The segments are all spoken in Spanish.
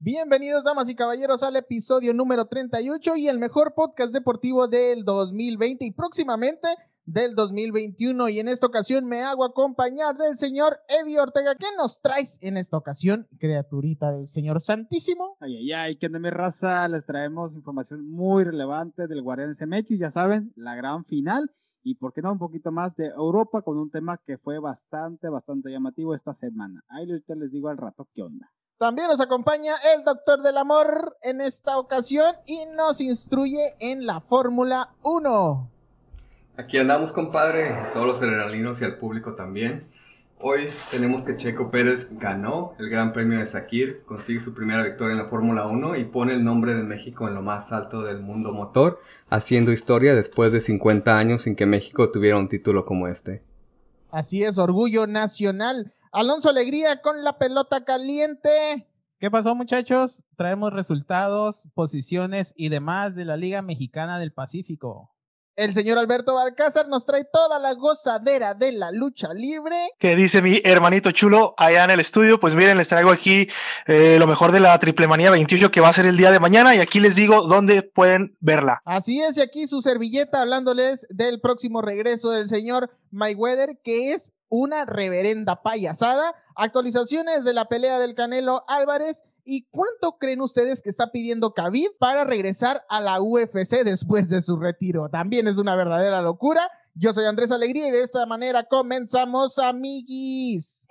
Bienvenidos, damas y caballeros, al episodio número 38 y el mejor podcast deportivo del 2020 y próximamente del 2021. Y en esta ocasión me hago acompañar del señor Eddie Ortega. ¿Qué nos traes en esta ocasión, criaturita del señor Santísimo? Ay, ¿qué onda, mi raza? Les traemos información muy relevante del Guardianes MX, ya saben, la gran final. Y por qué no, un poquito más de Europa con un tema que fue bastante llamativo esta semana. Ahí ahorita les digo al rato qué onda. También nos acompaña el Doctor del Amor en esta ocasión y nos instruye en la Fórmula 1. Aquí andamos, compadre, todos los adrenalinos y al público también. Hoy tenemos que Checo Pérez ganó el Gran Premio de Sakir, consigue su primera victoria en la Fórmula 1 y pone el nombre de México en lo más alto del mundo motor, haciendo historia después de 50 años sin que México tuviera un título como este. Así es, orgullo nacional. Alonso Alegría con la pelota caliente. ¿Qué pasó, muchachos? Traemos resultados, posiciones y demás de la Liga Mexicana del Pacífico. El señor Alberto Balcázar nos trae toda la gozadera de la lucha libre. ¿Qué dice mi hermanito chulo allá en el estudio? Pues miren, les traigo aquí lo mejor de la Triple Manía 28 que va a ser el día de mañana y aquí les digo dónde pueden verla. Así es, y aquí su servilleta hablándoles del próximo regreso del señor Mayweather, que es una reverenda payasada. Actualizaciones de la pelea del Canelo Álvarez. ¿Y cuánto creen ustedes que está pidiendo Khabib para regresar a la UFC después de su retiro? También es una verdadera locura. Yo soy Andrés Alegría y de esta manera comenzamos, amiguis.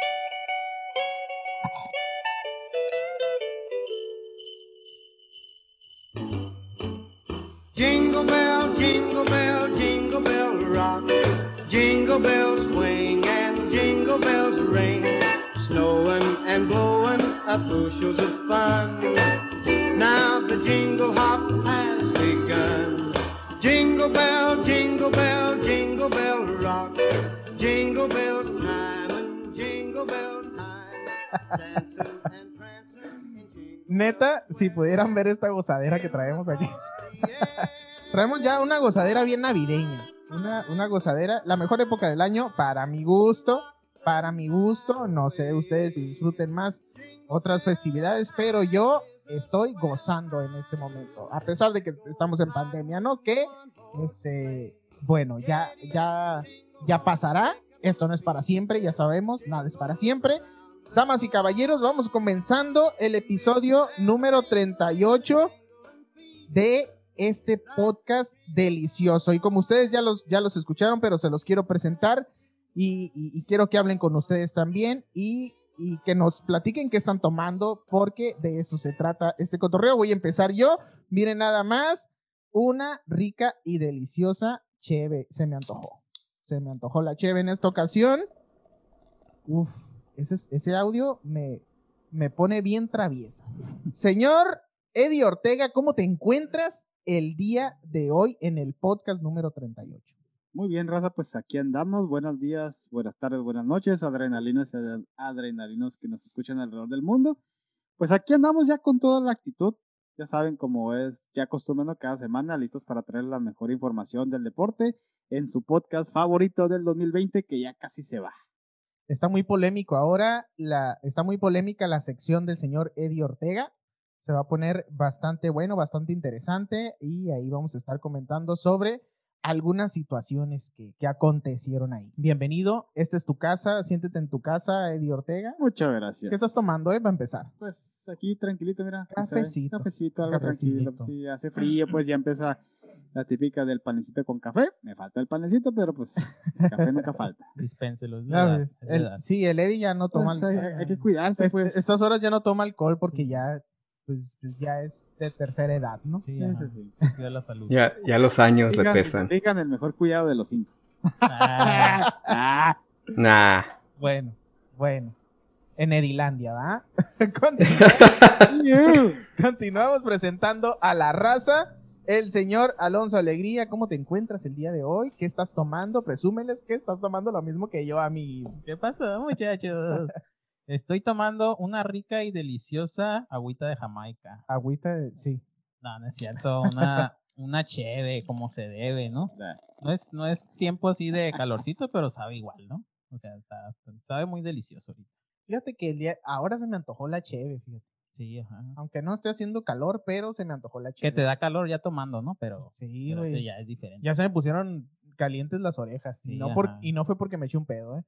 Jingle bell, jingle bell, jingle bell rock. Jingle bells swing and jingle bells ring. Snowing and blowing up bushels of fun. Now the jingle hop has begun. Jingle bell, jingle bell, jingle bell rock. Jingle bells time and jingle bell time. Dancing and prancing and jingle. Neta, si pudieran ver esta gozadera que traemos aquí. Traemos ya una gozadera bien navideña. Una gozadera, la mejor época del año para mi gusto. No sé ustedes si disfruten más otras festividades, pero yo estoy gozando en este momento, a pesar de que estamos en pandemia, ¿no? Que, bueno, ya pasará, esto no es para siempre, ya sabemos, nada es para siempre. Damas y caballeros, vamos comenzando el episodio número 38 de este podcast delicioso, y como ustedes ya los escucharon, pero se los quiero presentar. Y quiero que hablen con ustedes también y que nos platiquen qué están tomando, porque de eso se trata este cotorreo. Voy a empezar yo. Miren nada más, una rica y deliciosa cheve. Se me antojó la cheve en esta ocasión. Uf, ese audio me pone bien traviesa. Señor Eddie Ortega, ¿cómo te encuentras el día de hoy en el podcast número 38? Muy bien, raza, pues aquí andamos. Buenos días, buenas tardes, buenas noches, adrenalinos que nos escuchan alrededor del mundo. Pues aquí andamos ya con toda la actitud. Ya saben cómo es ya acostumbrando cada semana, listos para traer la mejor información del deporte en su podcast favorito del 2020, que ya casi se va. Está muy polémico ahora, está muy polémica la sección del señor Eddie Ortega. Se va a poner bastante bueno, bastante interesante, y ahí vamos a estar comentando sobre algunas situaciones que acontecieron ahí. Bienvenido, esta es tu casa, siéntete en tu casa, Eddie Ortega. Muchas gracias. ¿Qué estás tomando, para empezar? Pues aquí tranquilito, mira. Cafecito. Algo tranquilo. Sí, hace frío, pues ya empieza la típica del panecito con café. Me falta el panecito, pero pues el café nunca falta. Dispénselos. Sí, el Eddie ya no toma pues hay que cuidarse, pues. Estas horas ya no toma alcohol porque ya... Pues ya es de tercera edad, ¿no? Sí, sí. Cuida la salud. Ya los años le pesan. Digan el mejor cuidado de los 5. Nah. Bueno. En Edilandia, ¿va? Continuamos presentando a la raza. El señor Alonso Alegría, ¿cómo te encuentras el día de hoy? ¿Qué estás tomando? Presúmeles que estás tomando lo mismo que yo, amigos. ¿Qué pasó, muchachos? Estoy tomando una rica y deliciosa agüita de Jamaica. Sí. No es cierto. Una cheve, como se debe, ¿no? No es tiempo así de calorcito, pero sabe igual, ¿no? O sea, sabe muy delicioso ahorita. Fíjate que ahora se me antojó la cheve, fíjate. Sí, ajá. Aunque no esté haciendo calor, pero se me antojó la Que cheve. te da calor ya tomando, ¿no? Pero Sí, pero güey. sí, ya es diferente. Ya se me pusieron calientes las orejas. Sí, Y ajá. no fue porque me eché un pedo,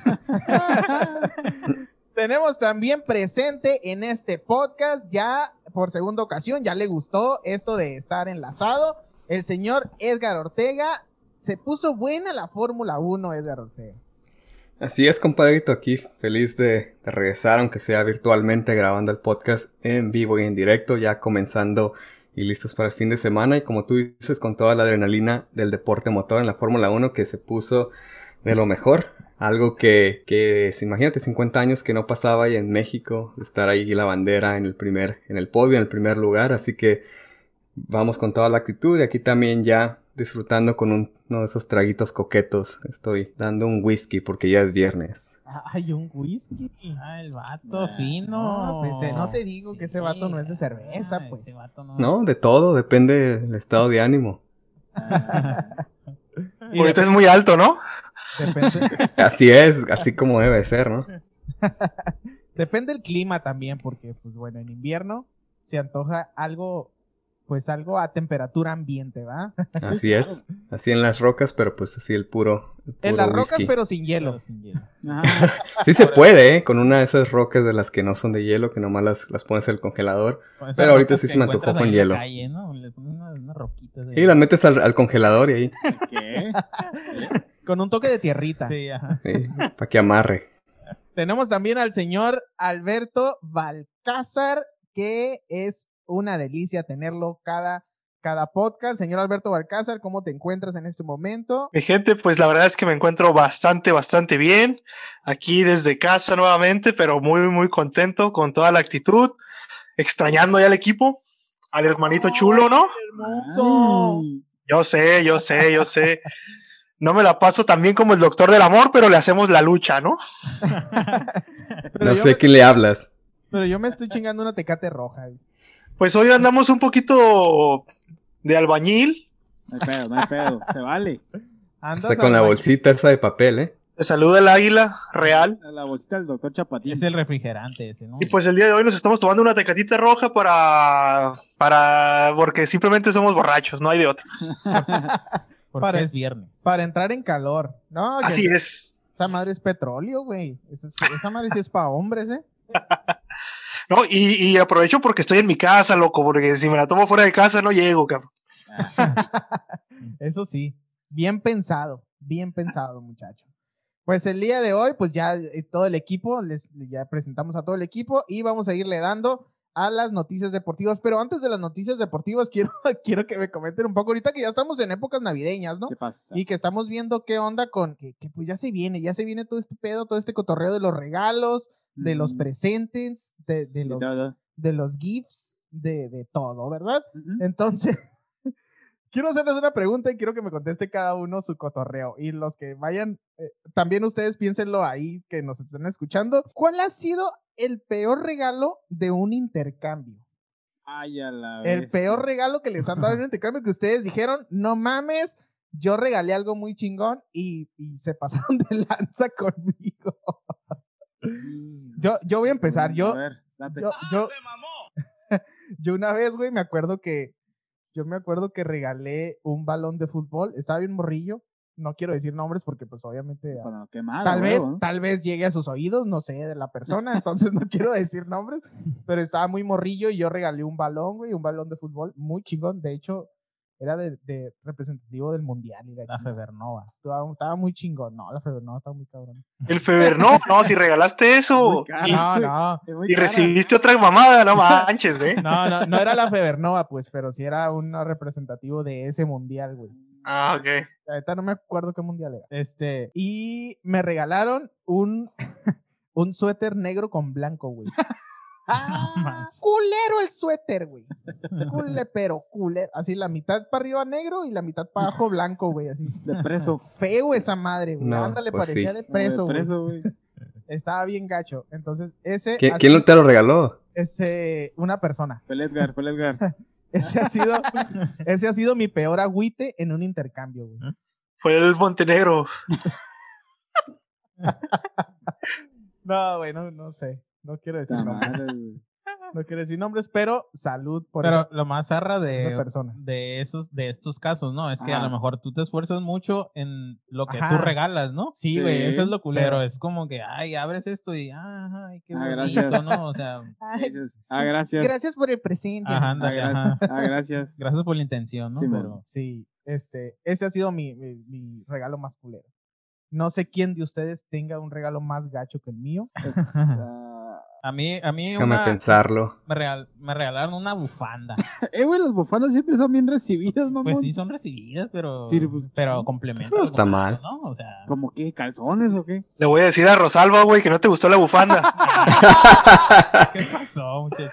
Tenemos también presente en este podcast, ya por segunda ocasión, ya le gustó esto de estar enlazado, el señor Edgar Ortega. Se puso buena la Fórmula 1, Edgar Ortega. Así es, compadrito, aquí feliz de regresar, aunque sea virtualmente, grabando el podcast en vivo y en directo, ya comenzando y listos para el fin de semana. Y como tú dices, con toda la adrenalina del deporte motor en la Fórmula 1, que se puso de lo mejor. Algo que imagínate, 50 años que no pasaba ahí en México, estar ahí la bandera en el podio, en el primer lugar. Así que vamos con toda la actitud y aquí también ya disfrutando con uno de esos traguitos coquetos. Estoy dando un whisky porque ya es viernes. Ay, un whisky. Ah, el vato fino. No, pues no te digo que ese vato no es de cerveza, pues. Ese vato no. No, de todo, depende del estado de ánimo. Y Ahorita es muy alto, ¿no? depende, Así es, así como debe ser, ¿no? depende el clima también, porque, pues bueno, en invierno se antoja algo, pues algo a temperatura ambiente, ¿va? Así es, así en las rocas, pero pues así el puro En las rocas, whisky. pero sin hielo. Pero sin hielo. Sí se puede, ¿eh? Con una de esas rocas de las que no son de hielo, que nomás las pones en el congelador. Con esas Pero ahorita rocas sí que se me antojó encuentras con ahí en la hielo. calle, ¿no? Le pones unas roquitas de... Y las metes al congelador y ahí, ¿Qué? Con un toque de tierrita. Sí, ajá. para que amarre. Tenemos también al señor Alberto Balcázar, que es una delicia tenerlo cada podcast. Señor Alberto Balcázar, ¿cómo te encuentras en este momento? Mi gente, pues la verdad es que me encuentro bastante bien. Aquí desde casa nuevamente, pero muy contento con toda la actitud. Extrañando ya al equipo, al hermanito chulo, ¿no? ¡Hermoso! Ay, Yo sé. No me la paso tan bien como el Doctor del Amor, pero le hacemos la lucha, ¿no? Pero No yo sé me- qué le hablas. Pero yo me estoy chingando una Tecate roja. Pues hoy andamos un poquito de albañil. no hay pedo, se vale. Andas Está con la al baño. bolsita esa de papel, ¿eh? Te saluda el águila real. La bolsita del doctor Chapatín. Es el refrigerante ese, ¿no? Y pues el día de hoy nos estamos tomando una tecatita roja porque simplemente somos borrachos, no hay de otra. Porque para- es viernes. Para entrar en calor. No, Así es. Esa madre es petróleo, güey. Esa madre sí es para hombres, ¿eh? No, y aprovecho porque estoy en mi casa, loco, porque si me la tomo fuera de casa no llego, cabrón. Eso sí. Bien pensado, muchacho. Pues el día de hoy, pues ya todo el equipo, ya presentamos a todo el equipo y vamos a irle dando a las noticias deportivas. Pero antes de las noticias deportivas, quiero que me comenten un poco ahorita que ya estamos en épocas navideñas, ¿no? ¿Qué pasa? Y que estamos viendo qué onda con que pues ya se viene todo este pedo, todo este cotorreo de los regalos, de los presentes, de los gifts, de todo, ¿verdad? Entonces, quiero hacerles una pregunta y quiero que me conteste cada uno su cotorreo. Y los que vayan, también ustedes piénsenlo ahí que nos están escuchando. ¿Cuál ha sido el peor regalo de un intercambio? Ay, a la El bestia. peor regalo que les han dado en un intercambio que ustedes dijeron, no mames, yo regalé algo muy chingón y se pasaron de lanza conmigo. Yo voy a empezar. A ver, date. Yo una vez, güey, me acuerdo que regalé un balón de fútbol. Estaba bien morrillo. No quiero decir nombres porque pues obviamente Bueno, qué mal, tal vez llegue a sus oídos, no sé, de la persona, entonces no quiero decir nombres, pero estaba muy morrillo y yo regalé un balón, güey, un balón de fútbol muy chingón. De hecho, era de representativo del mundial. Y La Febernova. Estaba muy chingón. No, la Febernova estaba muy cabrón. El Febernova, no, si regalaste eso Muy caro. y recibiste otra mamada, no manches, güey. No era la Febernova, pues, pero sí era un representativo de ese mundial, güey. Ah, ok. Ahorita no me acuerdo qué mundial era. Y me regalaron un suéter negro con blanco, güey. Culero el suéter, güey. Pero culero. Así la mitad para arriba negro y la mitad para abajo blanco, güey. Así. De preso. Feo esa madre, güey. No, Ándale, pues parecía sí. de preso, güey. güey. Estaba bien gacho. Entonces, ese. ¿Quién no te lo regaló? Una persona. Fue el Edgar. Ese ha sido mi peor agüite en un intercambio, güey. Fue el Montenegro. No, güey, no sé. No quiero decir La nombres. madre, güey. No quiero decir nombres, pero salud por Pero esa, lo más zarra esa persona. de estos casos, ¿no? Es que a Ajá. lo mejor tú te esfuerzas mucho en lo que Ajá. tú regalas, ¿no? Sí, güey, Sí. eso es lo culero. Pero es como que, ay, abres esto y, ay, qué bonito, gracias. ¿no? O sea, Ay, Dices, gracias. gracias por el presente. ajá, ándale, ajá. Gracias. Gracias por la intención, ¿no? Sí, Pero Sí, ese ha sido mi regalo más culero. No sé quién de ustedes tenga un regalo más gacho que el mío. Pues, a mí Déjame pensarlo. me regalaron una bufanda. güey, las bufandas siempre son bien recibidas, mamón. Pues sí, son recibidas, pero Pues, complementan. Eso no está mal. ¿no? O sea, ¿Cómo qué? ¿Calzones o qué? Le voy a decir a Rosalba, güey, que no te gustó la bufanda. ¿qué pasó, muchacho?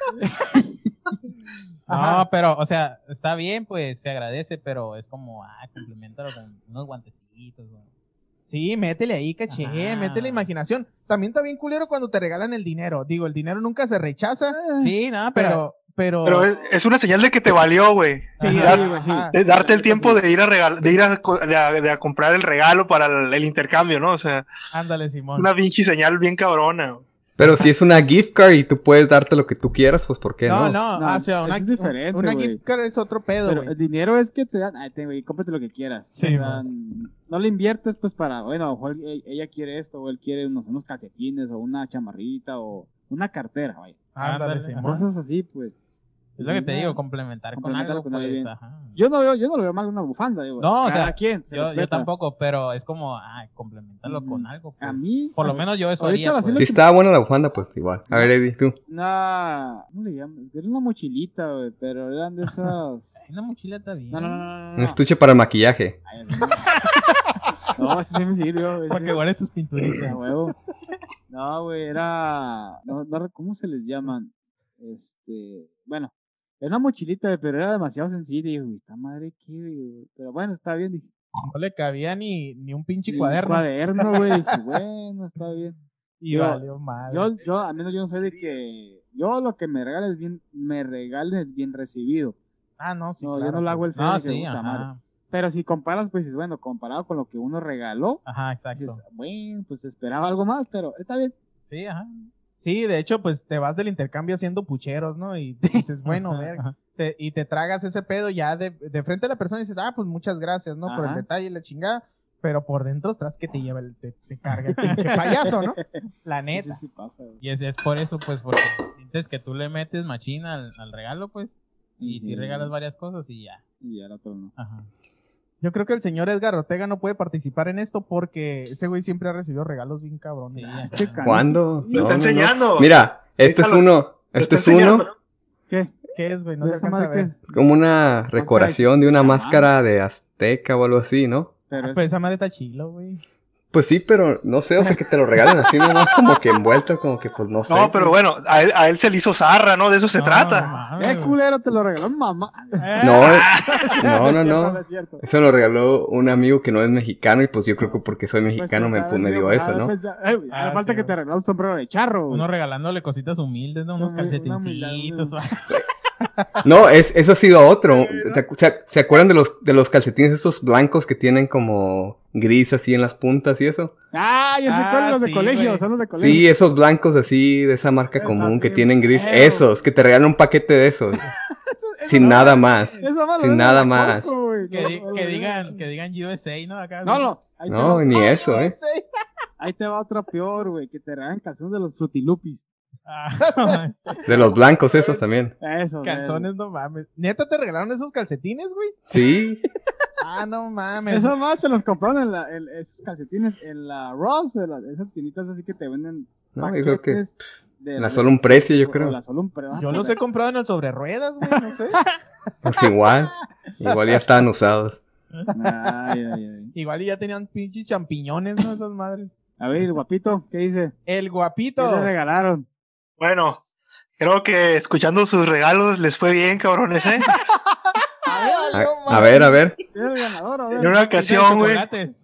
Ajá. No, pero, o sea, está bien, pues, se agradece, pero es como, complementalo con unos guantecitos, güey. Sí, métele ahí, caché, Ajá. métele imaginación. También está bien culero cuando te regalan el dinero. Digo, el dinero nunca se rechaza, Sí, no, pero Pero es una señal de que te valió, güey. Sí, Ajá, sí, güey, sí. ajá. De darte el tiempo de ir a comprar el regalo para el intercambio, ¿no? O sea, Ándale, Simón. una pinche señal bien cabrona, güey. Pero si es una gift card y tú puedes darte lo que tú quieras, pues ¿por qué no? No, No, o sea, eso es diferente, una güey. gift card es otro pedo, Pero güey. el dinero es que te dan, güey, cómprate lo que quieras. Sí, O sea, no le inviertes pues para, bueno, a lo mejor ella quiere esto, o él quiere unos calcetines, o una chamarrita, o una cartera, güey. Ándale, Ándale, Simón. Cosas así, pues. es lo que te Nada. digo, complementar con Complementar algo, con algo pues, bien. ajá. Yo no lo veo mal una bufanda, digo. No, o cada sea, quien se Yo respeta. tampoco, pero es como, complementarlo Ujú. con algo. Pues. A mí, Por lo menos yo eso ahorita haría. la Pues. Si estaba buena la bufanda, pues igual. A ver, Eddie, tú. ¿cómo le llaman? Era una mochilita, güey, pero eran de esas. Una mochila está bien. No. Un estuche para el maquillaje. Ay, no, ese sí me sirvió. ese Para que sí. guardes tus pinturitas. A huevo. No, güey, era. ¿Cómo se les llaman? Bueno, era una mochilita, güey, pero era demasiado sencilla. Y dije, esta madre qué, güey. Pero bueno, está bien. Dije, No le cabía ni un pinche "Y un cuaderno. cuaderno, güey. Dije, bueno, está bien. Y Yo- valió mal. Al menos yo no soy de que. Yo lo que me regales es bien recibido. No, sí, No, claro, yo no lo hago pues. el feo. No, de que, sí, puta madre. ajá. Pero si comparas, pues dices, bueno, comparado con lo que uno regaló, Ajá, exacto. dices, bueno, pues esperaba algo más, pero está bien. Sí, ajá. Sí, de hecho, pues te vas del intercambio haciendo pucheros, ¿no? Y dices, bueno, Ajá, ver, ajá. y te tragas ese pedo ya de frente a la persona y dices, pues muchas gracias, ¿no? Por el Ajá. detalle y la chingada. Pero por dentro estás que te lleva, te carga el pinche payaso, ¿no? La neta. Sí, sí pasa, güey. Y es por eso, pues, porque sientes que tú le metes machina al regalo, pues. Y si Ujú. regalas varias cosas y ya. Y el otro no. Ajá. Yo creo que el señor Edgar Ortega no puede participar en esto porque ese güey siempre ha recibido regalos bien cabrones. Sí, Este ajá. canijo. ¿Cuándo? Lo está enseñando. Mira, este es Déjalo. uno. Lo Este está es uno. enseñando. ¿Qué? ¿Qué es, güey? No ¿De se esa alcanza a madre qué ver. es? Es como una recordación de una chamán. máscara de azteca o algo así, ¿no? Pero Pues esa madre está chilo, güey. Pues sí, pero no sé, o sea, que te lo regalen así nomás como que envuelto, como que pues no sé. No, pero bueno, a él se le hizo zarra, ¿no? De eso se No, trata. no mames, ¿Qué güey. culero te lo regaló mi mamá? No. es cierto. Eso lo regaló un amigo que no es mexicano y pues yo creo que porque soy mexicano me dio eso, ¿no? Pues, Ah, falta sí, que te regaló un sombrero de charro. güey. Uno regalándole cositas humildes, ¿no? Unos Una calcetincitos. No, eso ha sido otro. ¿Se acuerdan de los calcetines esos blancos que tienen como gris así en las puntas y eso? Ya sé cuáles, los de sí, colegio, güey. son los de colegio. Sí, esos blancos así de esa marca Esa común que bien tienen gris. feo. Esos, que te regalan un paquete de esos. Eso Sin no, nada más. eso no lo Sin venden nada en la más. Costco, güey. Que digan USA, ¿no? Acá. No. Ahí te No, va- ni eso, ¿eh? Ahí te va otra peor, güey. Que te regalan calzones de los frutilupis. Ah, De los blancos esos también. Eso. Calzones, no mames. ¿Neta te regalaron esos calcetines, güey? Sí. No mames. Eso más te los compraron esos calcetines en la Ross, esas tinitas así que te venden No, yo creo que paquetes de la solo un precio, yo creo. La solo un precio. Yo los he comprado en el sobre ruedas, güey, no sé. Pues igual. Igual ya estaban usados. Ay. Igual y ya tenían pinches champiñones, ¿no? Esas madres. A ver, el guapito, ¿qué dice? El ¿Qué guapito. le regalaron? Bueno, creo que escuchando sus regalos les fue bien, cabrones, ¿eh? A ver. ¿Quién es el ganador? A ver. En una ocasión, güey, chocolates.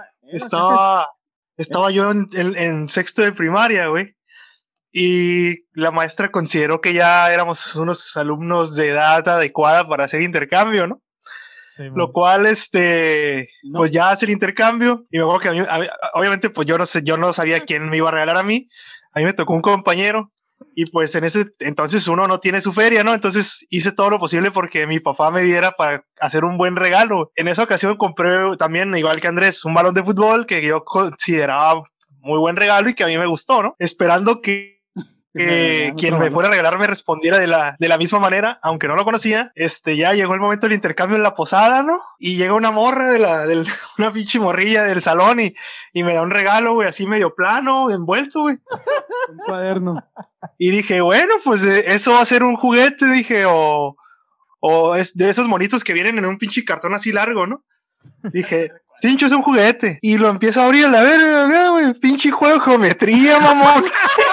estaba yo en sexto de primaria, güey. Y la maestra consideró que ya éramos unos alumnos de edad adecuada para hacer intercambio, ¿no? Sí, Lo cual, No. pues ya hace el intercambio. Y me acuerdo que a mí, obviamente, pues yo no sabía quién me iba a regalar a mí. A mí me tocó un compañero. Y pues en ese entonces uno no tiene su feria, ¿no? Entonces hice todo lo posible porque mi papá me diera para hacer un buen regalo. En esa ocasión compré también, igual que Andrés, un balón de fútbol que yo consideraba muy buen regalo y que a mí me gustó, ¿no? Esperando que quien me fuera a regalar me respondiera de la misma manera, aunque no lo conocía. Ya llegó el momento del intercambio en la posada, ¿no? Y llega una morra una pinche morrilla del salón y me da un regalo, güey, así medio plano, envuelto, güey. Un cuaderno. Y dije, bueno, pues eso va a ser un juguete, dije, o es de esos monitos que vienen en un pinche cartón así largo, ¿no? Dije, Cincho, es un juguete. Y lo empiezo a abrir a la verga, güey, pinche juego de geometría, mamón.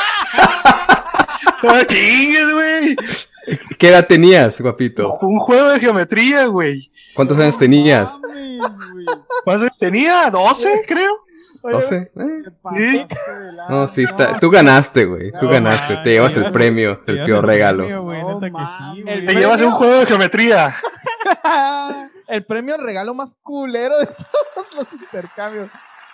No chingues, güey. ¿Qué edad tenías, guapito? Un juego de geometría, güey. ¿Cuántos años tenías? ¿Cuántos años tenía? 12, creo. 12. Sí. No, sí, tú ganaste, güey. Tú ganaste. Te llevas el premio, el peor regalo. Te llevas un juego de geometría. El premio al regalo más culero de todos los intercambios.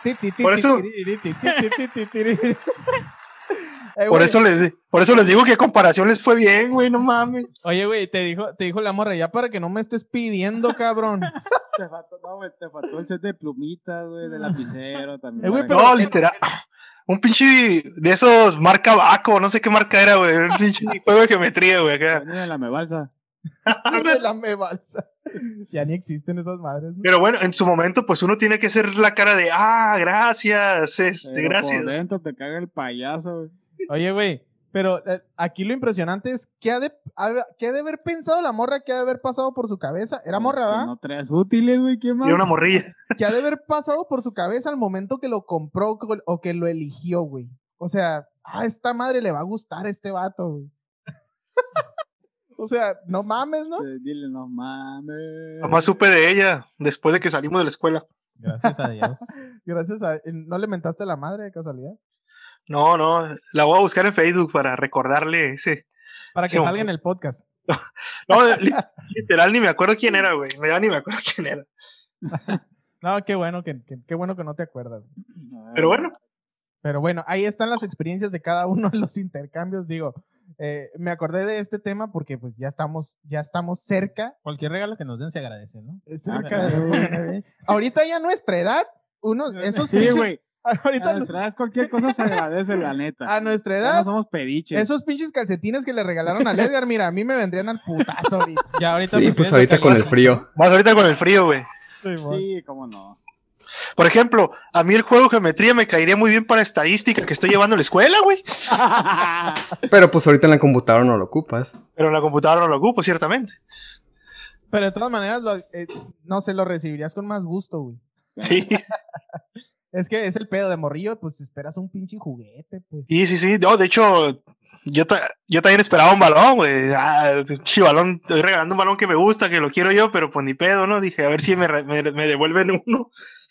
Por eso les digo que comparación les fue bien, güey, no mames. Oye, güey, te dijo la morra, ya para que no me estés pidiendo, cabrón. Te faltó el set de plumitas, güey, de lapicero también. No, literal. Un pinche de esos marca Baco, no sé qué marca era, güey. Un pinche juego de geometría, güey, acá. De la mebalsa. De la mebalsa. Ya ni existen esas madres, ¿no? Pero bueno, en su momento, pues uno tiene que hacer la cara de, gracias, gracias. Por dentro te caga el payaso, güey. Oye, güey, pero aquí lo impresionante es ¿qué ha de haber pensado la morra? ¿Qué ha de haber pasado por su cabeza? Era morra, ¿verdad? No traes útiles, güey, ¿qué más? Y una morrilla. ¿Qué ha de haber pasado por su cabeza al momento que lo compró o que lo eligió, güey? O sea, esta madre le va a gustar a este vato, güey. O sea, no mames, ¿no? Sí, dile, no mames. Nomás supe de ella después de que salimos de la escuela. Gracias a Dios. ¿No le mentaste a la madre de casualidad? No, la voy a buscar en Facebook para recordarle ese. Para que salga en el podcast. No, literal ni me acuerdo quién era, güey. Ya ni me acuerdo quién era. No, qué bueno que no te acuerdas. Pero bueno, ahí están las experiencias de cada uno de los intercambios. Digo, me acordé de este tema porque pues ya estamos cerca. Cualquier regalo que nos den se agradece, ¿no? Cerca de... Ahorita ya a nuestra edad, esos sí, güey. Ahorita a nuestra edad cualquier cosa se agradece, la neta. A nuestra edad. Ya no somos pediches. Esos pinches calcetines que le regalaron al Edgar, mira, a mí me vendrían al putazo ahorita. Ya ahorita sí, pues ahorita con el frío. Más ahorita con el frío, güey. Sí, cómo no. Por ejemplo, a mí el juego de geometría me caería muy bien para estadística que estoy llevando en la escuela, güey. Pero pues ahorita en la computadora no lo ocupas. Pero en la computadora no lo ocupo, ciertamente. Pero de todas maneras, no sé, lo recibirías con más gusto, güey. Sí. Es que es el pedo de morrillo, pues esperas un pinche juguete, pues. Sí. No, de hecho, yo también esperaba un balón, güey. Balón, estoy regalando un balón que me gusta, que lo quiero yo, pero pues ni pedo, ¿no? Dije, a ver si me devuelven uno.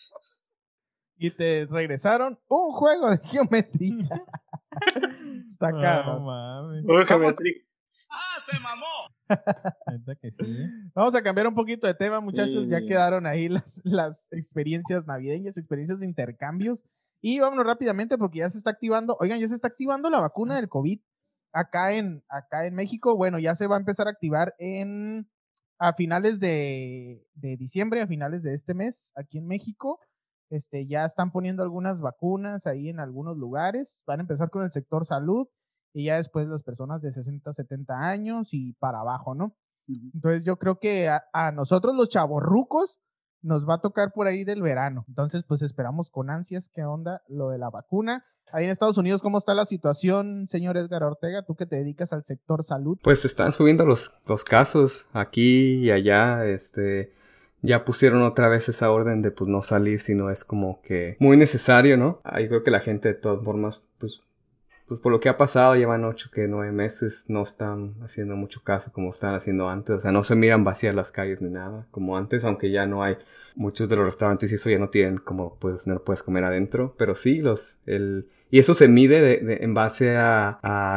Y te regresaron un juego de geometría. Está caro. No mames. Juego de geometría. ¡Se mamó! Neta que sí. Vamos a cambiar un poquito de tema, muchachos. Sí. Ya quedaron ahí las experiencias navideñas, experiencias de intercambios. Y vámonos rápidamente porque ya se está activando. Oigan, ya se está activando la vacuna del COVID acá en México. Bueno, ya se va a empezar a activar a finales de diciembre, a finales de este mes, aquí en México. Ya están poniendo algunas vacunas ahí en algunos lugares. Van a empezar con el sector salud. Y ya después las personas de 60, 70 años y para abajo, ¿no? Entonces yo creo que a nosotros los chavorrucos nos va a tocar por ahí del verano. Entonces pues esperamos con ansias qué onda lo de la vacuna. Ahí en Estados Unidos, ¿cómo está la situación, señor Edgar Ortega? Tú que te dedicas al sector salud. Pues están subiendo los casos aquí y allá, ya pusieron otra vez esa orden de pues no salir si no es como que muy necesario, ¿no? Yo creo que la gente de todas formas, pues por lo que ha pasado, llevan 8 que 9 meses, no están haciendo mucho caso como estaban haciendo antes. O sea, no se miran vacías las calles ni nada, como antes, aunque ya no hay muchos de los restaurantes y eso ya no tienen como, pues, no lo puedes comer adentro. Pero sí, y eso se mide en base a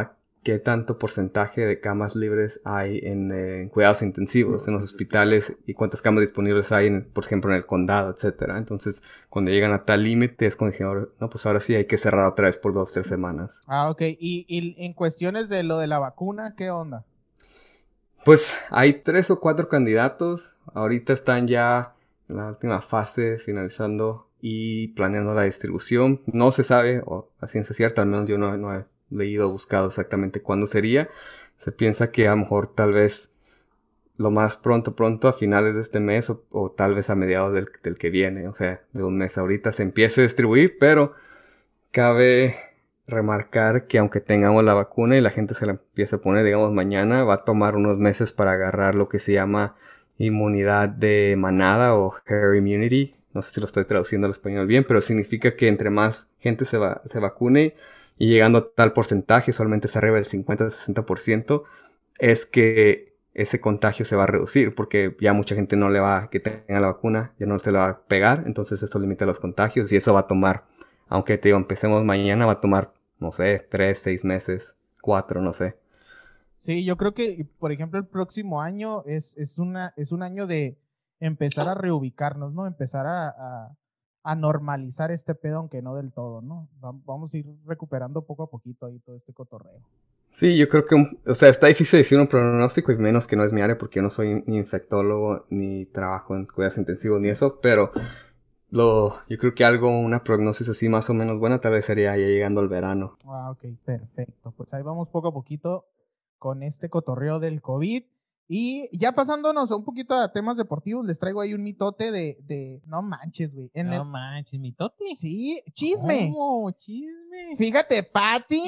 qué tanto porcentaje de camas libres hay en cuidados intensivos, en los hospitales, y cuántas camas disponibles hay, por ejemplo, en el condado, etcétera. Entonces, cuando llegan a tal límite, es cuando dicen, no, pues ahora sí hay que cerrar otra vez por 2 o 3 semanas. Ok. Y en cuestiones de lo de la vacuna, ¿qué onda? Pues hay 3 o 4 candidatos. Ahorita están ya en la última fase, finalizando y planeando la distribución. No se sabe, o a ciencia cierta, al menos yo no he leído o buscado exactamente cuándo sería. Se piensa que a lo mejor tal vez lo más pronto a finales de este mes o tal vez a mediados del que viene. O sea, de un mes ahorita se empiece a distribuir, pero cabe remarcar que aunque tengamos la vacuna y la gente se la empiece a poner, digamos, mañana, va a tomar unos meses para agarrar lo que se llama inmunidad de manada o herd immunity. No sé si lo estoy traduciendo al español bien, pero significa que entre más gente se vacune y llegando a tal porcentaje, solamente se arriba del 50-60%, es que ese contagio se va a reducir, porque ya mucha gente no le va, que tenga la vacuna, ya no se le va a pegar, entonces eso limita los contagios y eso va a tomar, aunque te digo, empecemos mañana, va a tomar, no sé, 3, 6 meses, 4, no sé. Sí, yo creo que, por ejemplo, el próximo año es un año de empezar a reubicarnos, ¿no? Empezar a normalizar este pedo, aunque no del todo, ¿no? Vamos a ir recuperando poco a poquito ahí todo este cotorreo. Sí, yo creo que, o sea, está difícil decir un pronóstico y menos que no es mi área porque yo no soy ni infectólogo ni trabajo en cuidados intensivos ni eso, pero yo creo que una prognosis así más o menos buena tal vez sería ya llegando al verano. Ah, ok, perfecto. Pues ahí vamos poco a poquito con este cotorreo del COVID. Y ya pasándonos un poquito a temas deportivos, les traigo ahí un mitote de no manches, güey. No manches, mitote. Sí, chisme. ¿Cómo? Chisme. Fíjate, Patty.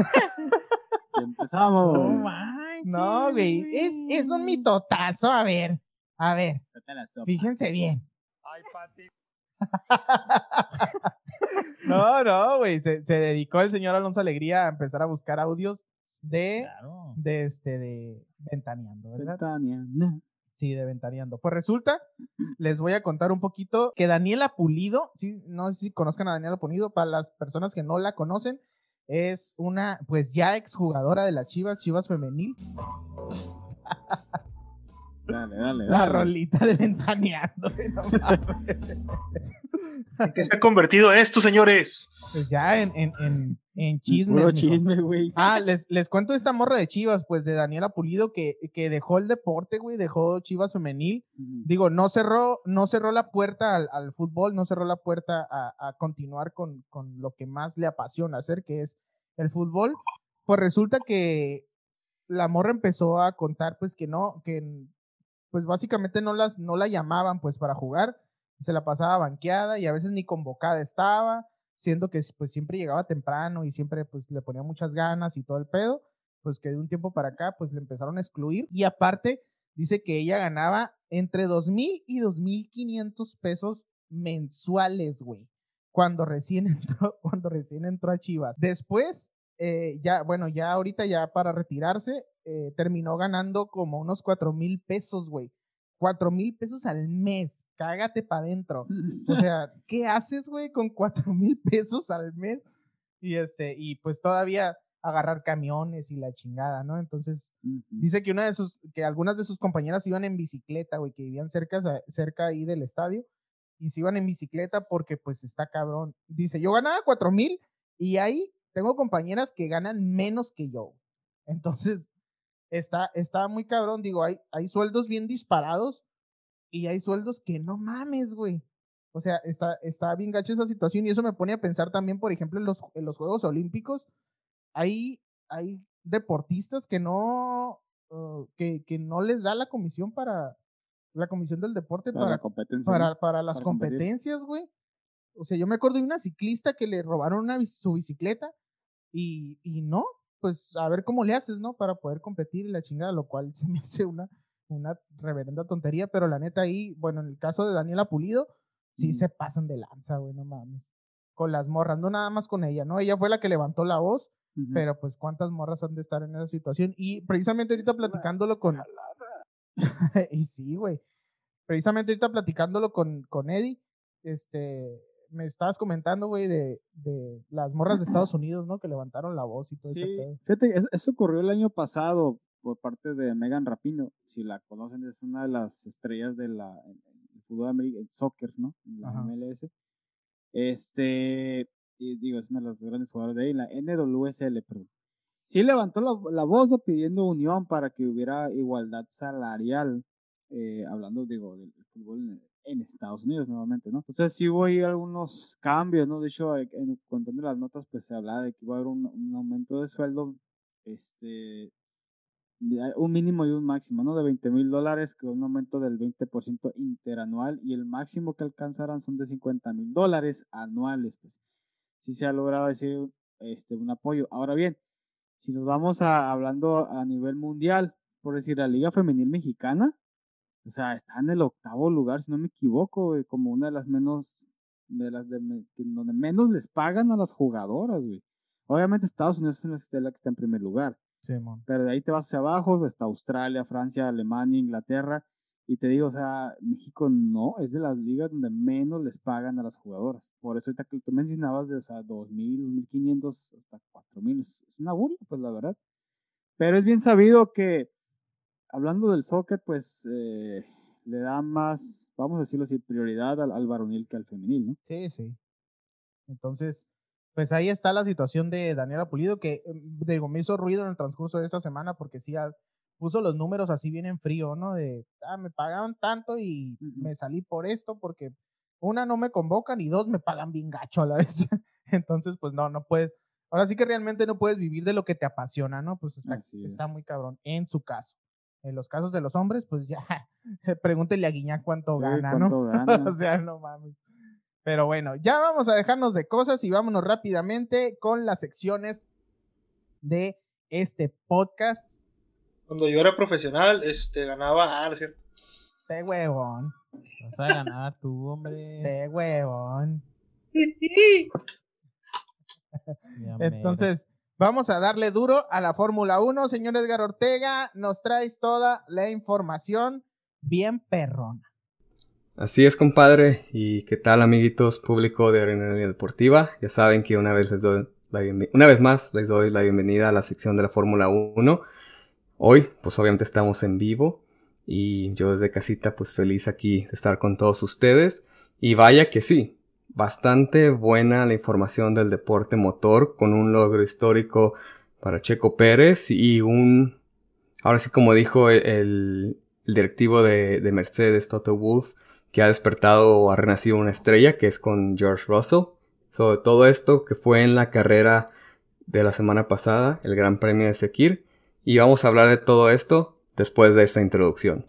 Empezamos. No manches. No, güey. Es un mitotazo. A ver. Vete a la sopa. Fíjense bien. Ay, Pati. No, güey. Se dedicó el señor Alonso Alegría a empezar a buscar audios de Ventaneando, ¿verdad? Ventaneando. Sí, de Ventaneando. Pues resulta, les voy a contar un poquito que Daniela Pulido, sí, no sé si conozcan a Daniela Pulido, para las personas que no la conocen, es una, pues ya exjugadora de las Chivas femenil. Dale. La rolita de Ventaneando. No mames. ¿En qué se ha convertido esto, señores? Pues ya en chismes. Puro mijo. chisme, güey. Les cuento esta morra de Chivas, pues de Daniela Pulido, que dejó el deporte, güey, dejó Chivas femenil. Digo, no cerró la puerta al fútbol, no cerró la puerta a continuar con lo que más le apasiona hacer, que es el fútbol. Pues resulta que la morra empezó a contar, pues que pues básicamente no la llamaban, pues para jugar, se la pasaba banqueada y a veces ni convocada estaba, siendo que pues siempre llegaba temprano y siempre pues le ponía muchas ganas y todo el pedo, pues que de un tiempo para acá pues le empezaron a excluir y aparte dice que ella ganaba entre 2,000 y 2,500 pesos mensuales, güey, cuando recién entró a Chivas. Después, ya ahorita ya para retirarse, terminó ganando como unos 4,000 pesos, güey. 4,000 pesos al mes, cágate pa' adentro. O sea, ¿qué haces, güey, con 4,000 pesos al mes? Y pues todavía agarrar camiones y la chingada, ¿no? Entonces, dice que que algunas de sus compañeras iban en bicicleta, güey, que vivían cerca ahí del estadio, y se iban en bicicleta porque pues está cabrón. Dice, yo ganaba 4,000 y ahí tengo compañeras que ganan menos que yo. Entonces, está muy cabrón, digo, hay sueldos bien disparados y hay sueldos que no mames, güey. O sea, está bien gacha esa situación y eso me pone a pensar también, por ejemplo, en los Juegos Olímpicos hay deportistas que no les da la comisión del deporte para las competencias, güey. O sea, yo me acuerdo de una ciclista que le robaron su bicicleta y no, pues a ver cómo le haces, ¿no? Para poder competir y la chingada, lo cual se me hace una reverenda tontería, pero la neta ahí, bueno, en el caso de Daniela Pulido, sí se pasan de lanza, güey, no mames. Con las morras, no nada más con ella, ¿no? Ella fue la que levantó la voz, pero pues cuántas morras han de estar en esa situación. Y precisamente ahorita platicándolo con... y sí, güey. Precisamente ahorita platicándolo con Eddie, me estabas comentando, güey, de las morras de Estados Unidos, ¿no? Que levantaron la voz y todo Sí, eso. fíjate, eso ocurrió el año pasado por parte de Megan Rapinoe. Si la conocen, es una de las estrellas del fútbol americano, el soccer, ¿no? En la Ajá. MLS. Y digo, es una de las grandes jugadoras de ahí, la NWSL, perdón. Sí levantó la voz, ¿no? Pidiendo unión para que hubiera igualdad salarial, hablando, digo, del fútbol en Estados Unidos nuevamente, ¿no? Entonces sí hubo ahí algunos cambios, ¿no? De hecho, contando las notas, pues se hablaba de que iba a haber un aumento de sueldo, un mínimo y un máximo, ¿no? De $20,000, que un aumento del 20% interanual, y el máximo que alcanzarán son de $50,000 anuales, pues. Sí se ha logrado decir un apoyo. Ahora bien, si nos vamos hablando a nivel mundial, por decir, la Liga Femenil Mexicana, o sea, está en el 8º lugar, si no me equivoco, güey, como una de las menos, donde menos les pagan a las jugadoras, güey. Obviamente Estados Unidos es la que está en primer lugar. Sí, man. Pero de ahí te vas hacia abajo, está Australia, Francia, Alemania, Inglaterra, y te digo, o sea, México no, es de las ligas donde menos les pagan a las jugadoras. Por eso ahorita que tú mencionabas de, o sea, 2,000, 2,500, hasta 4,000, es una burla, pues la verdad. Pero es bien sabido que, hablando del soccer, pues le da más, vamos a decirlo así, prioridad al varonil que al femenil, ¿no? Sí, sí. Entonces, pues ahí está la situación de Daniela Pulido, que digo, me hizo ruido en el transcurso de esta semana porque sí puso los números así bien en frío, ¿no? De, me pagaban tanto y me salí por esto porque una, no me convocan, y dos, me pagan bien gacho a la vez. Entonces, pues no puedes, ahora sí que realmente no puedes vivir de lo que te apasiona, ¿no? Pues está muy cabrón, en su caso. En los casos de los hombres, pues ya, pregúntele a Guiñac cuánto gana, ¿no? Gana. O sea, no mames. Pero bueno, ya vamos a dejarnos de cosas y vámonos rápidamente con las secciones de este podcast. Cuando yo era profesional, ganaba, no es cierto. De huevón. Vas a ganar tú, hombre. De huevón. Ya Entonces, vamos a darle duro a la Fórmula 1. Señor Edgar Ortega, nos traes toda la información bien perrona. Así es, compadre. ¿Y qué tal, amiguitos, público de Adrenalina Deportiva? Ya saben que una vez más les doy la bienvenida a la sección de la Fórmula 1. Hoy, pues obviamente estamos en vivo y yo desde casita, pues feliz aquí de estar con todos ustedes. Y vaya que sí, bastante buena la información del deporte motor, con un logro histórico para Checo Pérez y ahora sí, como dijo el directivo de Mercedes, Toto Wolff, que ha despertado o ha renacido una estrella, que es con George Russell. Sobre todo esto que fue en la carrera de la semana pasada, el Gran Premio de Sakir. Y vamos a hablar de todo esto después de esta introducción.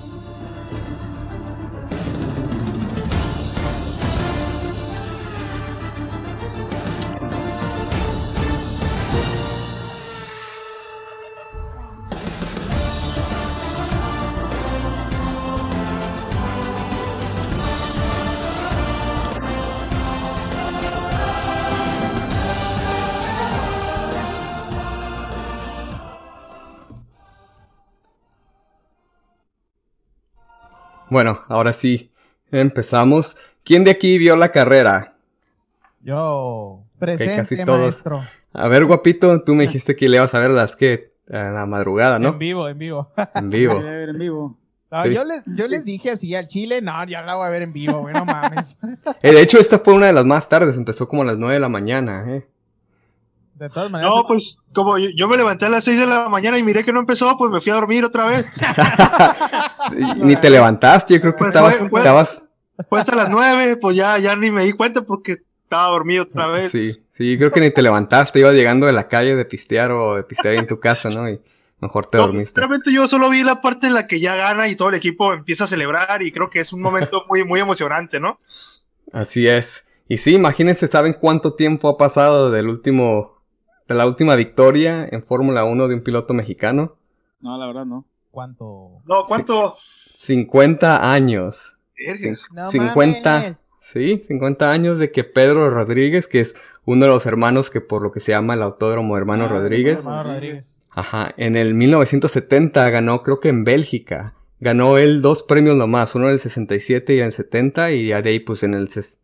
Bueno, ahora sí, empezamos. ¿Quién de aquí vio la carrera? Yo. Presente, casi todos. maestro. A ver, guapito, tú me dijiste que le ibas a ver a la madrugada, ¿no? En vivo. En vivo. En vivo. No, Sí. yo les dije así al Chile, no, ya la voy a ver en vivo, güey, no mames. De hecho, esta fue una de las más tardes, empezó como a las 9 de la mañana, De todas maneras. No, pues como yo me levanté a las 6 de la mañana y miré que no empezó, pues me fui a dormir otra vez. Ni te levantaste, yo creo que Pues estabas... Fue hasta las 9, pues ya ni me di cuenta porque estaba dormido otra vez. Sí, creo que ni te levantaste, ibas llegando de la calle de pistear o de pistear en tu casa, ¿no? Y mejor te dormiste. Realmente yo solo vi la parte en la que ya gana y todo el equipo empieza a celebrar y creo que es un momento muy, muy emocionante, ¿no? Así es. Y sí, imagínense, ¿saben cuánto tiempo ha pasado de la última victoria en Fórmula 1 de un piloto mexicano? No, la verdad no. ¿Cuánto? No, ¿cuánto? 50 años. Vergas. No 50, mames. sí, 50 años de que Pedro Rodríguez, que es uno de los hermanos que por lo que se llama el Autódromo Hermano Rodríguez, Hermano Rodríguez. ajá, en el 1970 ganó, creo que en Bélgica, ganó él 2 premios nomás, uno en el 67 y en el 70, y de ahí pues en el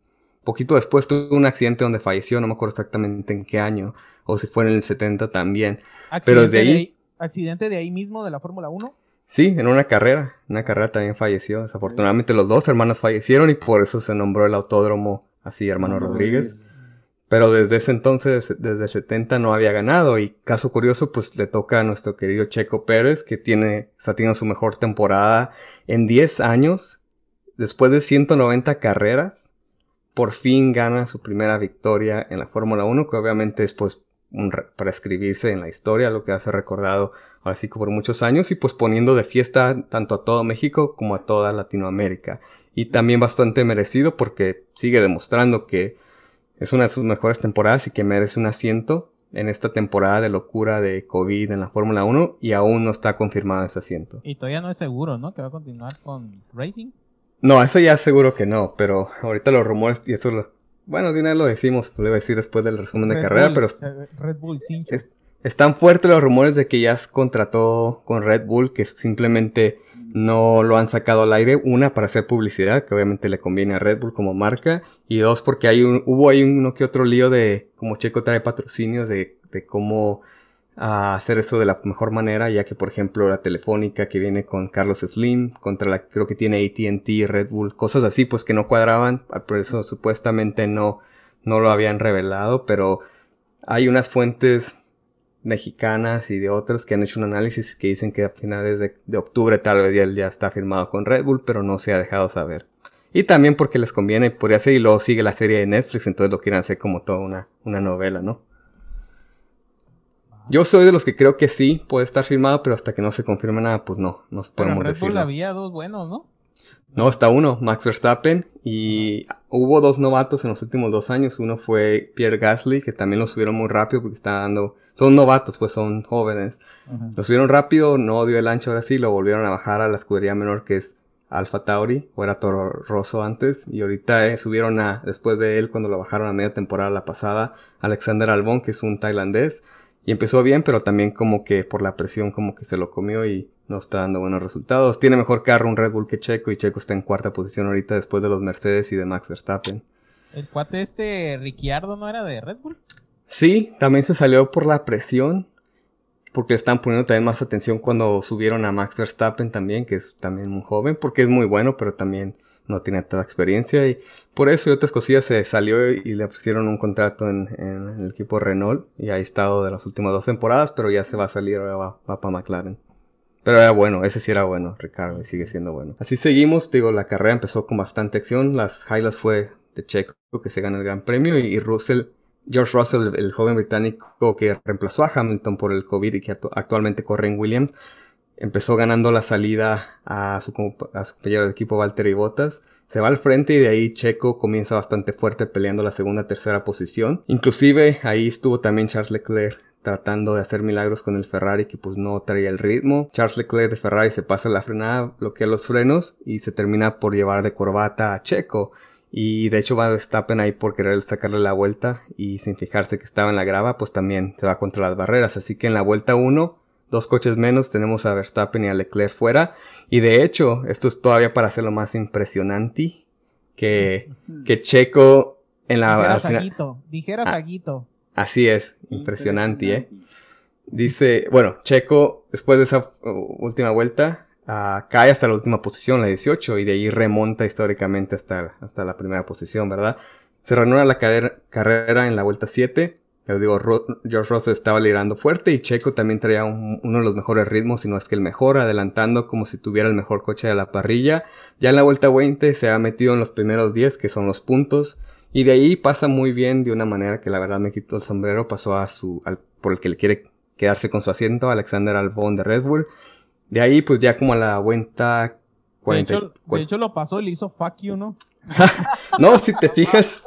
poquito después tuvo un accidente donde falleció, no me acuerdo exactamente en qué año, o si fue en el 70 también. Pero desde ahí... ¿Accidente de ahí mismo de la Fórmula 1? Sí, en una carrera también falleció. Desafortunadamente los dos hermanos fallecieron y por eso se nombró el autódromo así, Hermano Rodríguez. Pero desde ese entonces, desde el 70 no había ganado y caso curioso pues le toca a nuestro querido Checo Pérez que está teniendo su mejor temporada en 10 años. Después de 190 carreras, por fin gana su primera victoria en la Fórmula 1, que obviamente es pues para escribirse en la historia, lo que hace recordado ahora sí que por muchos años y pues poniendo de fiesta tanto a todo México como a toda Latinoamérica. Y también bastante merecido porque sigue demostrando que es una de sus mejores temporadas y que merece un asiento en esta temporada de locura de COVID en la Fórmula 1 y aún no está confirmado ese asiento. Y todavía no es seguro, ¿no? Que va a continuar con Racing. No, eso ya seguro que no, pero ahorita los rumores y eso bueno, de una vez lo decimos, lo iba a decir después del resumen de carrera, pero Red Bull Cincho. Están fuertes los rumores de que ya contrató con Red Bull, que simplemente no lo han sacado al aire. Una, para hacer publicidad, que obviamente le conviene a Red Bull como marca. Y dos, porque hubo ahí uno que otro lío de como Checo trae patrocinios de cómo hacer eso de la mejor manera, ya que por ejemplo la Telefónica que viene con Carlos Slim, contra creo que tiene AT&T, Red Bull, cosas así pues que no cuadraban, por eso supuestamente no lo habían revelado, pero hay unas fuentes mexicanas y de otras que han hecho un análisis que dicen que a finales de octubre tal vez ya está firmado con Red Bull, pero no se ha dejado saber. Y también porque les conviene, podría ser, y luego sigue la serie de Netflix, entonces lo quieren hacer como toda una novela, ¿no? Yo soy de los que creo que sí puede estar firmado, pero hasta que no se confirme nada, pues no podemos decirlo. Pero en Red Bull había dos buenos, ¿no? No, está uno, Max Verstappen, y hubo dos novatos en los últimos 2 años. Uno fue Pierre Gasly, que también lo subieron muy rápido porque son novatos, pues son jóvenes. Uh-huh. Lo subieron rápido, no dio el ancho ahora sí, lo volvieron a bajar a la escudería menor que es Alfa Tauri, o era Toro Rosso antes, y ahorita subieron después de él, cuando lo bajaron a media temporada la pasada, Alexander Albon, que es un tailandés. Y empezó bien, pero también como que por la presión como que se lo comió y no está dando buenos resultados. Tiene mejor carro un Red Bull que Checo y Checo está en 4ª posición ahorita después de los Mercedes y de Max Verstappen. ¿El cuate Ricciardo no era de Red Bull? Sí, también se salió por la presión porque le están poniendo también más atención cuando subieron a Max Verstappen también, que es también un joven, porque es muy bueno, pero también no tiene toda la experiencia y por eso y otras cosillas se salió y le ofrecieron un contrato en el equipo Renault y ha estado de las últimas 2 temporadas, pero ya se va a salir, ahora va para McLaren. Pero era bueno, ese sí era bueno, Ricardo, y sigue siendo bueno. Así seguimos, la carrera empezó con bastante acción, las highlights fue de Checo que se gana el Gran Premio y George Russell, el joven británico que reemplazó a Hamilton por el COVID y que actualmente corre en Williams, empezó ganando la salida a su compañero de equipo Valtteri Bottas. Se va al frente y de ahí Checo comienza bastante fuerte peleando la 2ª, 3ª posición. Inclusive ahí estuvo también Charles Leclerc tratando de hacer milagros con el Ferrari que pues no traía el ritmo. Charles Leclerc de Ferrari se pasa la frenada, bloquea los frenos y se termina por llevar de corbata a Checo. Y de hecho va Verstappen ahí por querer sacarle la vuelta y sin fijarse que estaba en la grava pues también se va contra las barreras. Así que en la vuelta 1... 2 coches menos, tenemos a Verstappen y a Leclerc fuera. Y de hecho, esto es todavía para hacerlo más impresionante, que Checo en la... Dijeras Aguito. Así es, impresionante, Dice, bueno, Checo, después de esa última vuelta, cae hasta la última posición, la 18, y de ahí remonta históricamente hasta la primera posición, ¿verdad? Se reanuda la carrera en la vuelta 7. Les digo, George Russell estaba liderando fuerte y Checo también traía uno de los mejores ritmos, si no es que el mejor, adelantando como si tuviera el mejor coche de la parrilla. Ya en la vuelta 20 se ha metido en los primeros 10, que son los puntos, y de ahí pasa muy bien de una manera que la verdad me quitó el sombrero, pasó por el que le quiere quedarse con su asiento, Alexander Albon de Red Bull. De ahí pues ya como a la vuelta 40. De hecho lo pasó y le hizo fuck you, ¿no? No, si te fijas...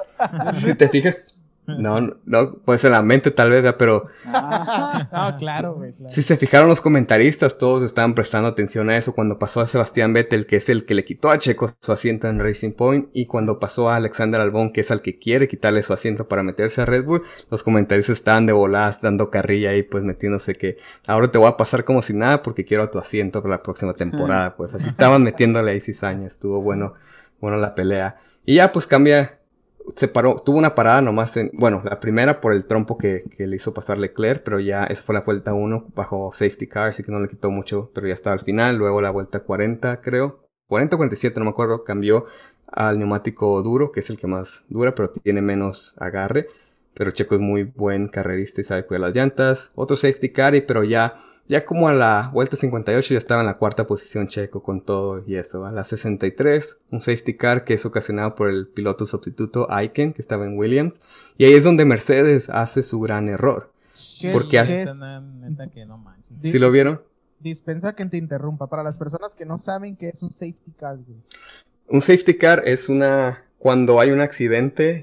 No, pues en la mente tal vez, pero... No, claro, güey. Claro. Si se fijaron los comentaristas, todos estaban prestando atención a eso cuando pasó a Sebastián Vettel, que es el que le quitó a Checo su asiento en Racing Point, y cuando pasó a Alexander Albon, que es al que quiere quitarle su asiento para meterse a Red Bull, los comentaristas estaban de voladas, dando carrilla y pues metiéndose que ahora te voy a pasar como si nada porque quiero tu asiento para la próxima temporada, pues así estaban metiéndole ahí cizaña, estuvo bueno la pelea. Y ya pues cambia... tuvo una parada nomás bueno, la primera por el trompo que le hizo pasar Leclerc, pero ya eso fue la vuelta 1 bajo safety car, así que no le quitó mucho, pero ya estaba al final. Luego la vuelta 40, creo, 40 o 47, no me acuerdo, cambió al neumático duro, que es el que más dura, pero tiene menos agarre. Pero Checo es muy buen carrerista y sabe cuidar las llantas. Otro safety car, pero ya como a la vuelta 58 ya estaba en la cuarta posición Checo con todo y eso. A la 63, un safety car que es ocasionado por el piloto sustituto Aiken, que estaba en Williams. Y ahí es donde Mercedes hace su gran error. Porque neta que no manches. ¿Sí lo vieron? Dispensa que te interrumpa. Para las personas que no saben qué es un safety car, güey. Un safety car es cuando hay un accidente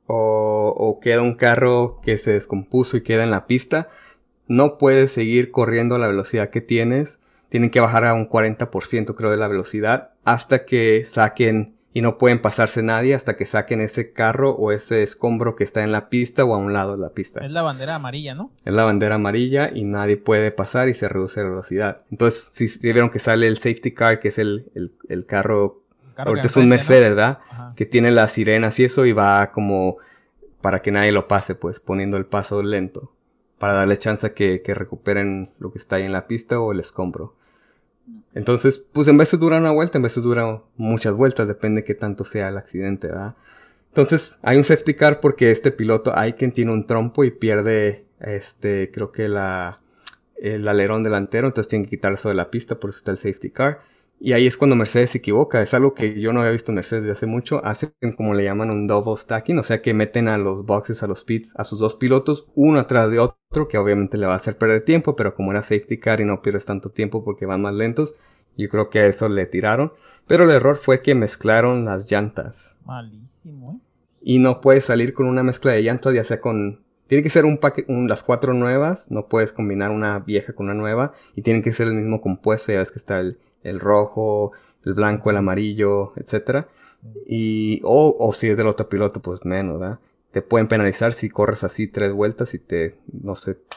o queda un carro que se descompuso y queda en la pista, no puedes seguir corriendo a la velocidad que tienes. Tienen que bajar a un 40% creo de la velocidad hasta que saquen, y no pueden pasarse nadie hasta que saquen ese carro o ese escombro que está en la pista o a un lado de la pista. Es la bandera amarilla, ¿no? Es la bandera amarilla y nadie puede pasar y se reduce la velocidad. Entonces, si vieron que sale el safety car, que es el carro, ahorita es un Mercedes, ¿no? ¿Verdad? Ajá. Que tiene las sirenas y eso, y va como para que nadie lo pase, pues poniendo el paso lento, para darle chance a que recuperen lo que está ahí en la pista o el escombro. Entonces, pues en vez de durar una vuelta, en vez de durar muchas vueltas, depende de qué tanto sea el accidente, ¿verdad? Entonces, hay un safety car porque este piloto Aiken tiene un trompo y pierde, creo que el alerón delantero, entonces tiene que quitar eso de la pista, por eso está el safety car. Y ahí es cuando Mercedes se equivoca. Es algo que yo no había visto en Mercedes desde hace mucho. Hacen como le llaman un double stacking. O sea que meten a los boxes, a los pits, a sus dos pilotos, uno atrás de otro. Que obviamente le va a hacer perder tiempo. Pero como era safety car y no pierdes tanto tiempo porque van más lentos, yo creo que a eso le tiraron. Pero el error fue que mezclaron las llantas. Malísimo, Y no puedes salir con una mezcla de llantas, ya sea con... Tiene que ser las 4 nuevas. No puedes combinar una vieja con una nueva. Y tienen que ser el mismo compuesto. Ya ves que está el rojo, el blanco, el amarillo, etcétera. Y, o si es del otro piloto, pues menos, ¿verdad? Te pueden penalizar si corres así 3 vueltas y no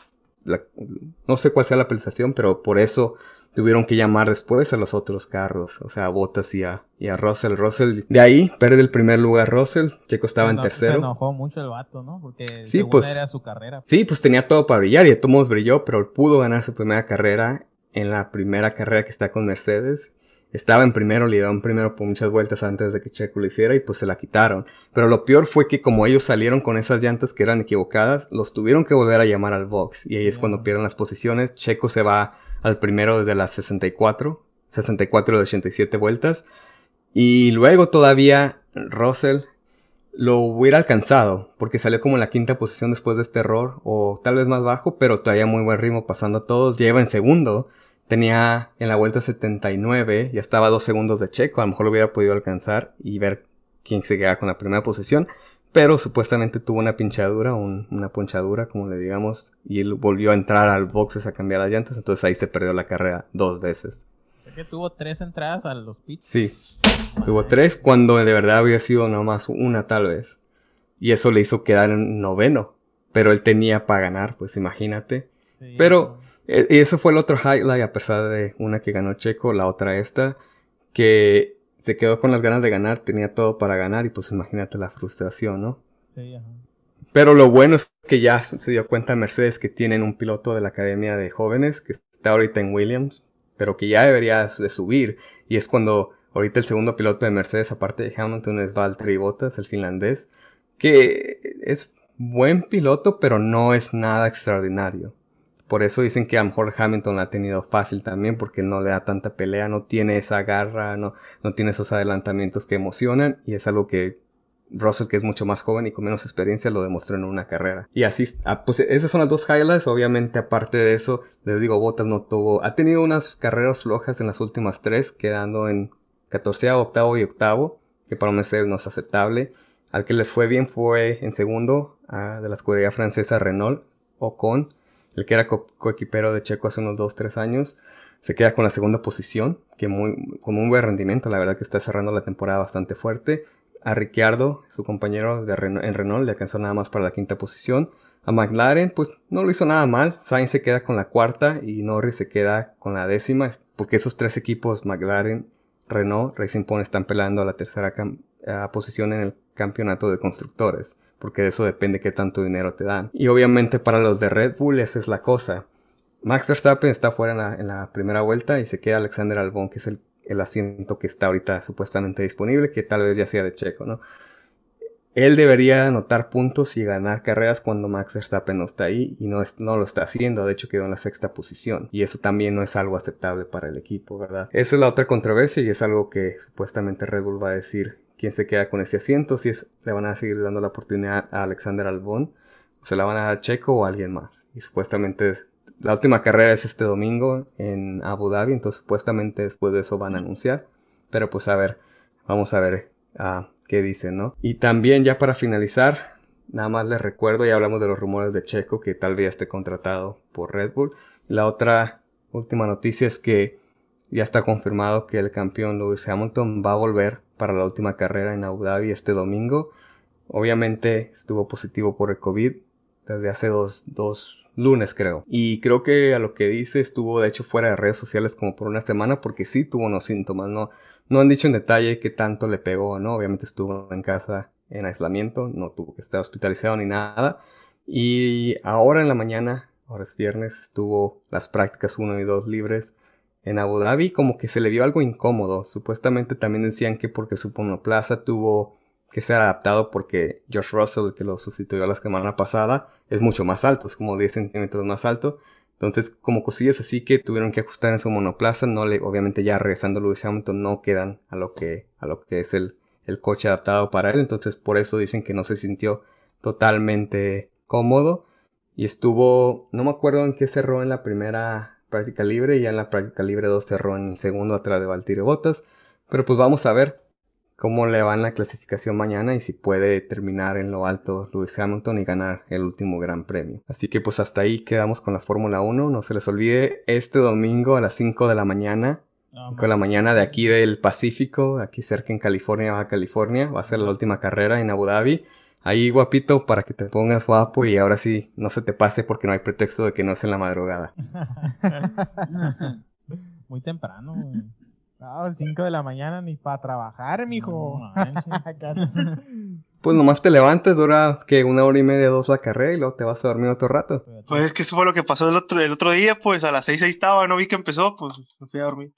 sé cuál sea la penalización, pero por eso tuvieron que llamar después a los otros carros, o sea, a Bottas y a Russell. Russell, de ahí, pierde el primer lugar Russell, Checo estaba en tercero. Se enojó mucho el vato, ¿no? Porque sí, pues, era su carrera. Sí, pues tenía todo para brillar y de todos modos brilló, pero pudo ganar su primera carrera. En la primera carrera que está con Mercedes, estaba en primero, lideró en primero por muchas vueltas antes de que Checo lo hiciera y pues se la quitaron. Pero lo peor fue que como ellos salieron con esas llantas que eran equivocadas, los tuvieron que volver a llamar al box. Y ahí es cuando pierden las posiciones. Checo se va al primero desde las 64 de 87 vueltas. Y luego todavía Russell lo hubiera alcanzado, porque salió como en la quinta posición después de este error, o tal vez más bajo, pero todavía muy buen ritmo pasando a todos. Lleva en segundo. Tenía en la vuelta 79, ya estaba a 2 segundos de Checo, a lo mejor lo hubiera podido alcanzar y ver quién se queda con la primera posición, pero supuestamente tuvo una pinchadura, una ponchadura, como le digamos, y él volvió a entrar al boxes a cambiar las llantas, entonces ahí se perdió la carrera 2 veces. ¿Es que tuvo 3 entradas a los pits? Sí, tuvo 3 cuando de verdad había sido nomás una tal vez, y eso le hizo quedar en noveno, pero él tenía para ganar, pues imagínate, sí, pero... Y eso fue el otro highlight, a pesar de una que ganó Checo, la otra que se quedó con las ganas de ganar, tenía todo para ganar y pues imagínate la frustración, ¿no? Sí, ajá. Pero lo bueno es que ya se dio cuenta Mercedes que tienen un piloto de la Academia de Jóvenes que está ahorita en Williams, pero que ya debería de subir. Y es cuando ahorita el segundo piloto de Mercedes, aparte de Hamilton, es Valtteri Bottas, el finlandés, que es buen piloto, pero no es nada extraordinario. Por eso dicen que a lo mejor Hamilton la ha tenido fácil también, porque no le da tanta pelea, no tiene esa garra, no tiene esos adelantamientos que emocionan, y es algo que Russell, que es mucho más joven y con menos experiencia, lo demostró en una carrera. Y así, pues esas son las dos highlights. Obviamente, aparte de eso, les digo, Bottas ha tenido unas carreras flojas en las últimas 3, quedando en 14º, 8º y 8º, que para un Mercedes no es aceptable. Al que les fue bien fue en segundo, de la escudería francesa Renault, Ocon, el que era coequipero de Checo hace unos 2-3 años, se queda con la segunda posición, que con un buen rendimiento, la verdad que está cerrando la temporada bastante fuerte. A Ricciardo, su compañero en Renault, le alcanzó nada más para la 5ª posición. A McLaren, pues no lo hizo nada mal. Sainz se queda con la 4ª y Norris se queda con la 10ª, porque esos 3 equipos, McLaren, Renault, Racing Point, están peleando a la posición en el campeonato de constructores, porque de eso depende qué tanto dinero te dan. Y obviamente para los de Red Bull esa es la cosa. Max Verstappen está fuera en la primera vuelta y se queda Alexander Albon, que es el asiento que está ahorita supuestamente disponible, que tal vez ya sea de Checo, ¿no? Él debería anotar puntos y ganar carreras cuando Max Verstappen no está ahí y no lo está haciendo. De hecho quedó en la 6ª posición y eso también no es algo aceptable para el equipo, ¿verdad? Esa es la otra controversia y es algo que supuestamente Red Bull va a decir quién se queda con ese asiento, si le van a seguir dando la oportunidad a Alexander Albon o se la van a dar a Checo o a alguien más. Y supuestamente la última carrera es este domingo en Abu Dhabi, entonces supuestamente después de eso van a anunciar, pero pues a ver, vamos a ver qué dicen, ¿no? Y también ya para finalizar, nada más les recuerdo, ya hablamos de los rumores de Checo que tal vez esté contratado por Red Bull. La otra última noticia es que ya está confirmado que el campeón Lewis Hamilton va a volver para la última carrera en Abu Dhabi este domingo. Obviamente estuvo positivo por el COVID desde hace dos lunes creo. Y creo que a lo que dice estuvo de hecho fuera de redes sociales como por una semana porque sí tuvo unos síntomas, no han dicho en detalle qué tanto le pegó, ¿no? Obviamente estuvo en casa en aislamiento, no tuvo que estar hospitalizado ni nada. Y ahora en la mañana, ahora es viernes, estuvo las prácticas 1 y 2 libres en Abu Dhabi, como que se le vio algo incómodo. Supuestamente también decían que porque su monoplaza tuvo que ser adaptado porque George Russell, que lo sustituyó la semana pasada, es mucho más alto, es como 10 centímetros más alto. Entonces, como cosillas así que tuvieron que ajustar en su monoplaza, obviamente ya regresando Lewis Hamilton no quedan a lo que es el coche adaptado para él. Entonces, por eso dicen que no se sintió totalmente cómodo. Y estuvo, no me acuerdo en qué cerró en la primera práctica libre, y ya en la práctica libre 2 cerró en el segundo atrás de Valtteri Bottas. Pero pues vamos a ver cómo le va en la clasificación mañana y si puede terminar en lo alto Lewis Hamilton y ganar el último gran premio. Así que pues hasta ahí quedamos con la Fórmula 1. No se les olvide este domingo a las 5 de la mañana. 5 de la mañana de aquí del Pacífico, aquí cerca en California, Baja California. Va a ser la última carrera en Abu Dhabi. Ahí guapito para que te pongas guapo y ahora sí no se te pase porque no hay pretexto de que no es en la madrugada. Muy temprano, güey. No, 5 de la mañana ni para trabajar, mijo. Pues nomás te levantas, dura que 1 hora y media, 2 la carrera y luego te vas a dormir otro rato. Pues es que eso fue lo que pasó el otro día, pues a las 6 ahí estaba, no vi que empezó, pues me fui a dormir.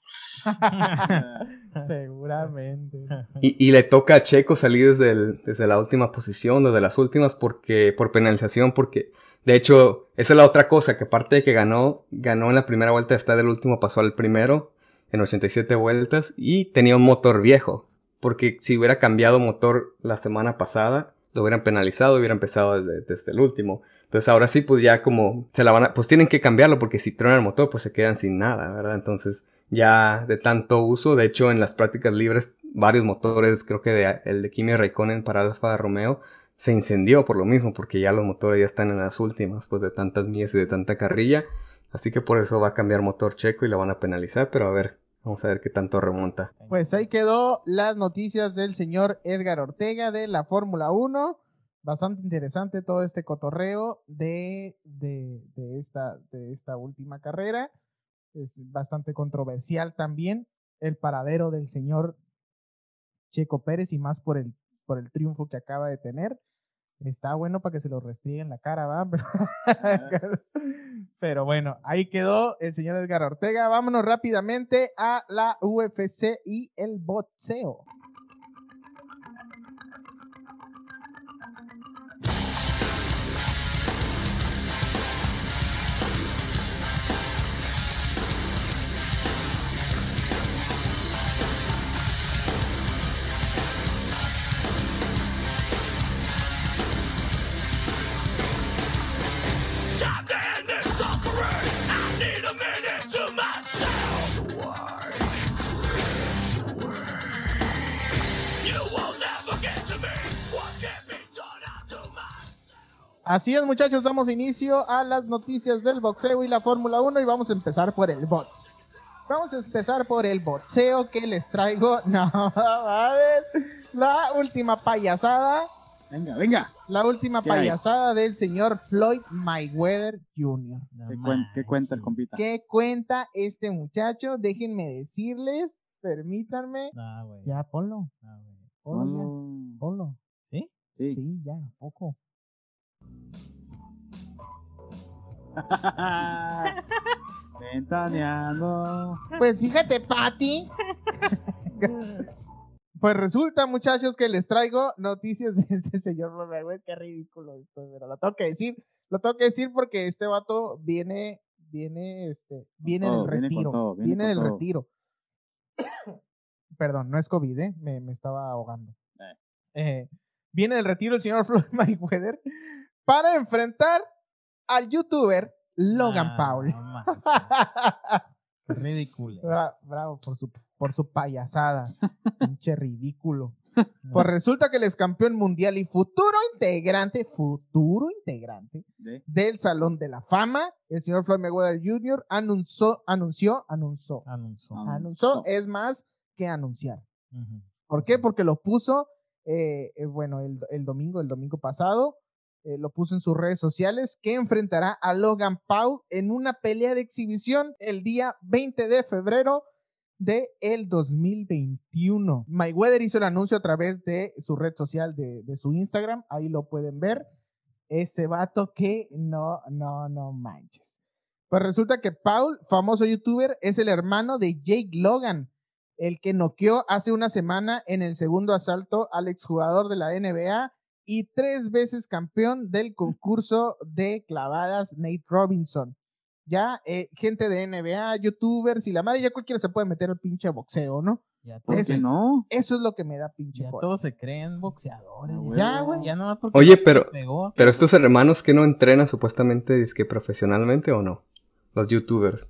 Seguramente. Y le toca a Checo salir desde la última posición, desde las últimas, por penalización, porque de hecho, esa es la otra cosa, que aparte de que ganó en la primera vuelta, está del último, pasó al primero en 87 vueltas y tenía un motor viejo, porque si hubiera cambiado motor la semana pasada, lo hubieran penalizado, hubiera empezado desde el último. Entonces ahora sí, pues ya como pues tienen que cambiarlo, porque si truenan el motor, pues se quedan sin nada, ¿verdad? Entonces ya de tanto uso, de hecho en las prácticas libres, varios motores, creo que el de Kimi Raikkonen para Alfa Romeo, se incendió por lo mismo, porque ya los motores ya están en las últimas, pues de tantas millas y de tanta carrilla. Así que por eso va a cambiar motor Checo y lo van a penalizar, pero a ver, vamos a ver qué tanto remonta. Pues ahí quedó las noticias del señor Edgar Ortega de la Fórmula 1. Bastante interesante todo este cotorreo de esta última carrera. Es bastante controversial también el paradero del señor Checo Pérez y más por el triunfo que acaba de tener. Está bueno para que se lo restríe en la cara, ¿va? Pero bueno, ahí quedó el señor Edgar Ortega. Vámonos rápidamente a la UFC y el boxeo. Así es, muchachos, damos inicio a las noticias del boxeo y la Fórmula 1 y vamos a empezar por el box. Vamos a empezar por el boxeo que les traigo. No, ¿sabes? La última payasada. Venga. La última payasada del señor Floyd Mayweather Jr. ¿Qué cuenta el compita? ¿Qué cuenta este muchacho? Déjenme decirles, permítanme. Nah, güey. Ya, ponlo. Ponlo. ¿Sí? Sí. Sí, ya, poco. Ventaneando. Pues fíjate, Pati. Pues resulta, muchachos, que les traigo noticias de este señor Robert, güey. Qué ridículo esto, pero lo tengo que decir. Lo tengo que decir porque este vato viene del retiro. Viene del retiro. Perdón, no es COVID, me estaba ahogando. Viene del retiro el señor Floyd Mayweather para enfrentar al youtuber Logan Paul. Ridículo. Bravo por su payasada. Pinche ridículo. Pues resulta que el ex campeón mundial y futuro integrante del Salón de la Fama, el señor Floyd Mayweather Jr. anunció, es más que anunciar. Uh-huh. ¿Por qué? Porque lo puso, el domingo pasado, lo puso en sus redes sociales, que enfrentará a Logan Paul en una pelea de exhibición el día 20 de febrero del 2021. Mayweather hizo el anuncio a través de su red social de su Instagram, ahí lo pueden ver. Ese vato que no manches. Pues resulta que Paul, famoso youtuber, es el hermano de Jake Logan, el que noqueó hace una semana en el segundo asalto al exjugador de la NBA y 3 veces campeón del concurso de clavadas Nate Robinson. Ya, gente de NBA, youtubers y la madre, ya cualquiera se puede meter al pinche boxeo, ¿no? ¿Por qué no? Eso es lo que me da pinche ya joder. todos se creen boxeadores. Ya, güey. Ya no más porque Oye, pero pegó. estos hermanos que no entrenan supuestamente dizque profesionalmente o no, los youtubers.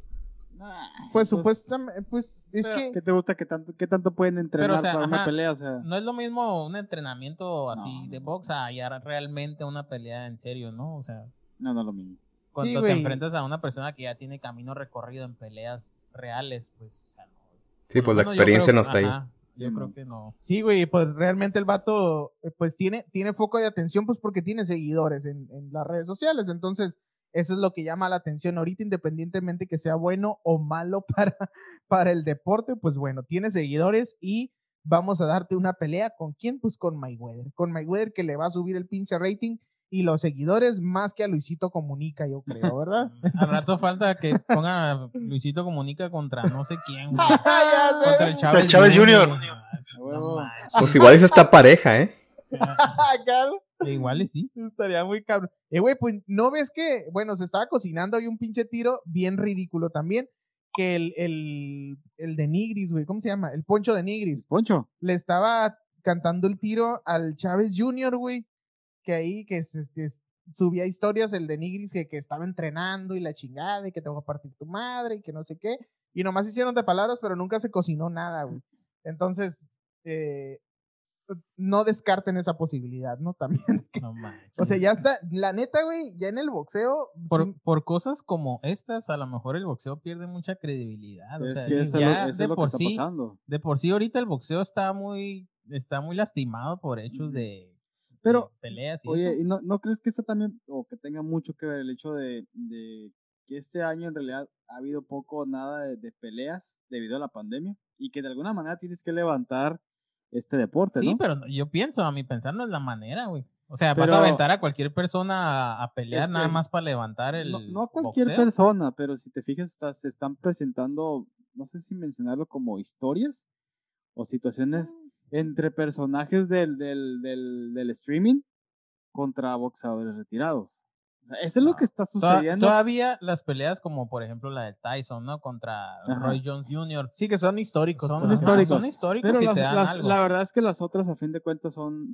Pues supuestamente, pues es pero, que... ¿Qué te gusta? ¿Qué tanto pueden entrenar pero, o sea, para una pelea? O sea, no es lo mismo un entrenamiento así No. de box a ya realmente una pelea en serio, ¿no? O sea, no es lo mismo. cuando Sí, te güey. enfrentas a una persona que ya tiene camino recorrido en peleas reales, pues, o sea, no. Sí, Por pues lo la menos experiencia no yo está ahí. ajá, yo creo que no. Sí, güey, pues realmente el vato pues tiene foco de atención pues porque tiene seguidores en las redes sociales, entonces eso es lo que llama la atención ahorita, independientemente que sea bueno o malo para el deporte, pues bueno, tiene seguidores y vamos a darte una pelea. ¿Con quién? Pues con Mayweather que le va a subir el pinche rating y los seguidores más que a Luisito Comunica, yo creo, ¿verdad? Al rato falta que ponga a Luisito Comunica contra no sé quién, güey. Ya sé. Contra el Chávez, El Chávez Jr. No manches. Pues igual es esta pareja, ¿eh? Claro. Igual y sí. Estaría muy cabrón. Güey, pues no ves que, bueno, se estaba cocinando ahí un pinche tiro bien ridículo también, que el de Nigris, güey, ¿cómo se llama? El Poncho de Nigris. Poncho. Le estaba cantando el tiro al Chávez Jr., güey, que ahí que subía historias el de Nigris que estaba entrenando y la chingada y que te va a partir tu madre y que no sé qué. Y nomás hicieron de palabras, pero nunca se cocinó nada, güey. Entonces, no descarten esa posibilidad, ¿no? También. No manches. O sea, ya está, la neta, güey, ya en el boxeo. Por cosas como estas, a lo mejor el boxeo pierde mucha credibilidad. O Es sea, que eso ya es de lo que por está sí, pasando. de por sí ahorita el boxeo está muy lastimado por hechos de Pero, peleas y oye, eso. ¿y no crees que eso también, o que tenga mucho que ver el hecho de que este año en realidad ha habido poco o nada de peleas debido a la pandemia? Y que de alguna manera tienes que levantar este deporte, Sí, ¿no? pero yo pienso, a mi pensar no es la manera, güey. O sea, vas Pero- a aventar a cualquier persona a pelear Es que nada más para levantar el No a cualquier boxeo. persona, pero si te fijas, se están presentando, no sé si mencionarlo como historias o situaciones entre personajes del streaming contra boxeadores retirados. O sea, eso es lo que está sucediendo. Todavía las peleas como por ejemplo la de Tyson, ¿no? Contra Ajá. Roy Jones Jr. Sí, que son históricos. Son pues. históricos. Son históricos Pero y te dan algo. la verdad es que las otras, a fin de cuentas, son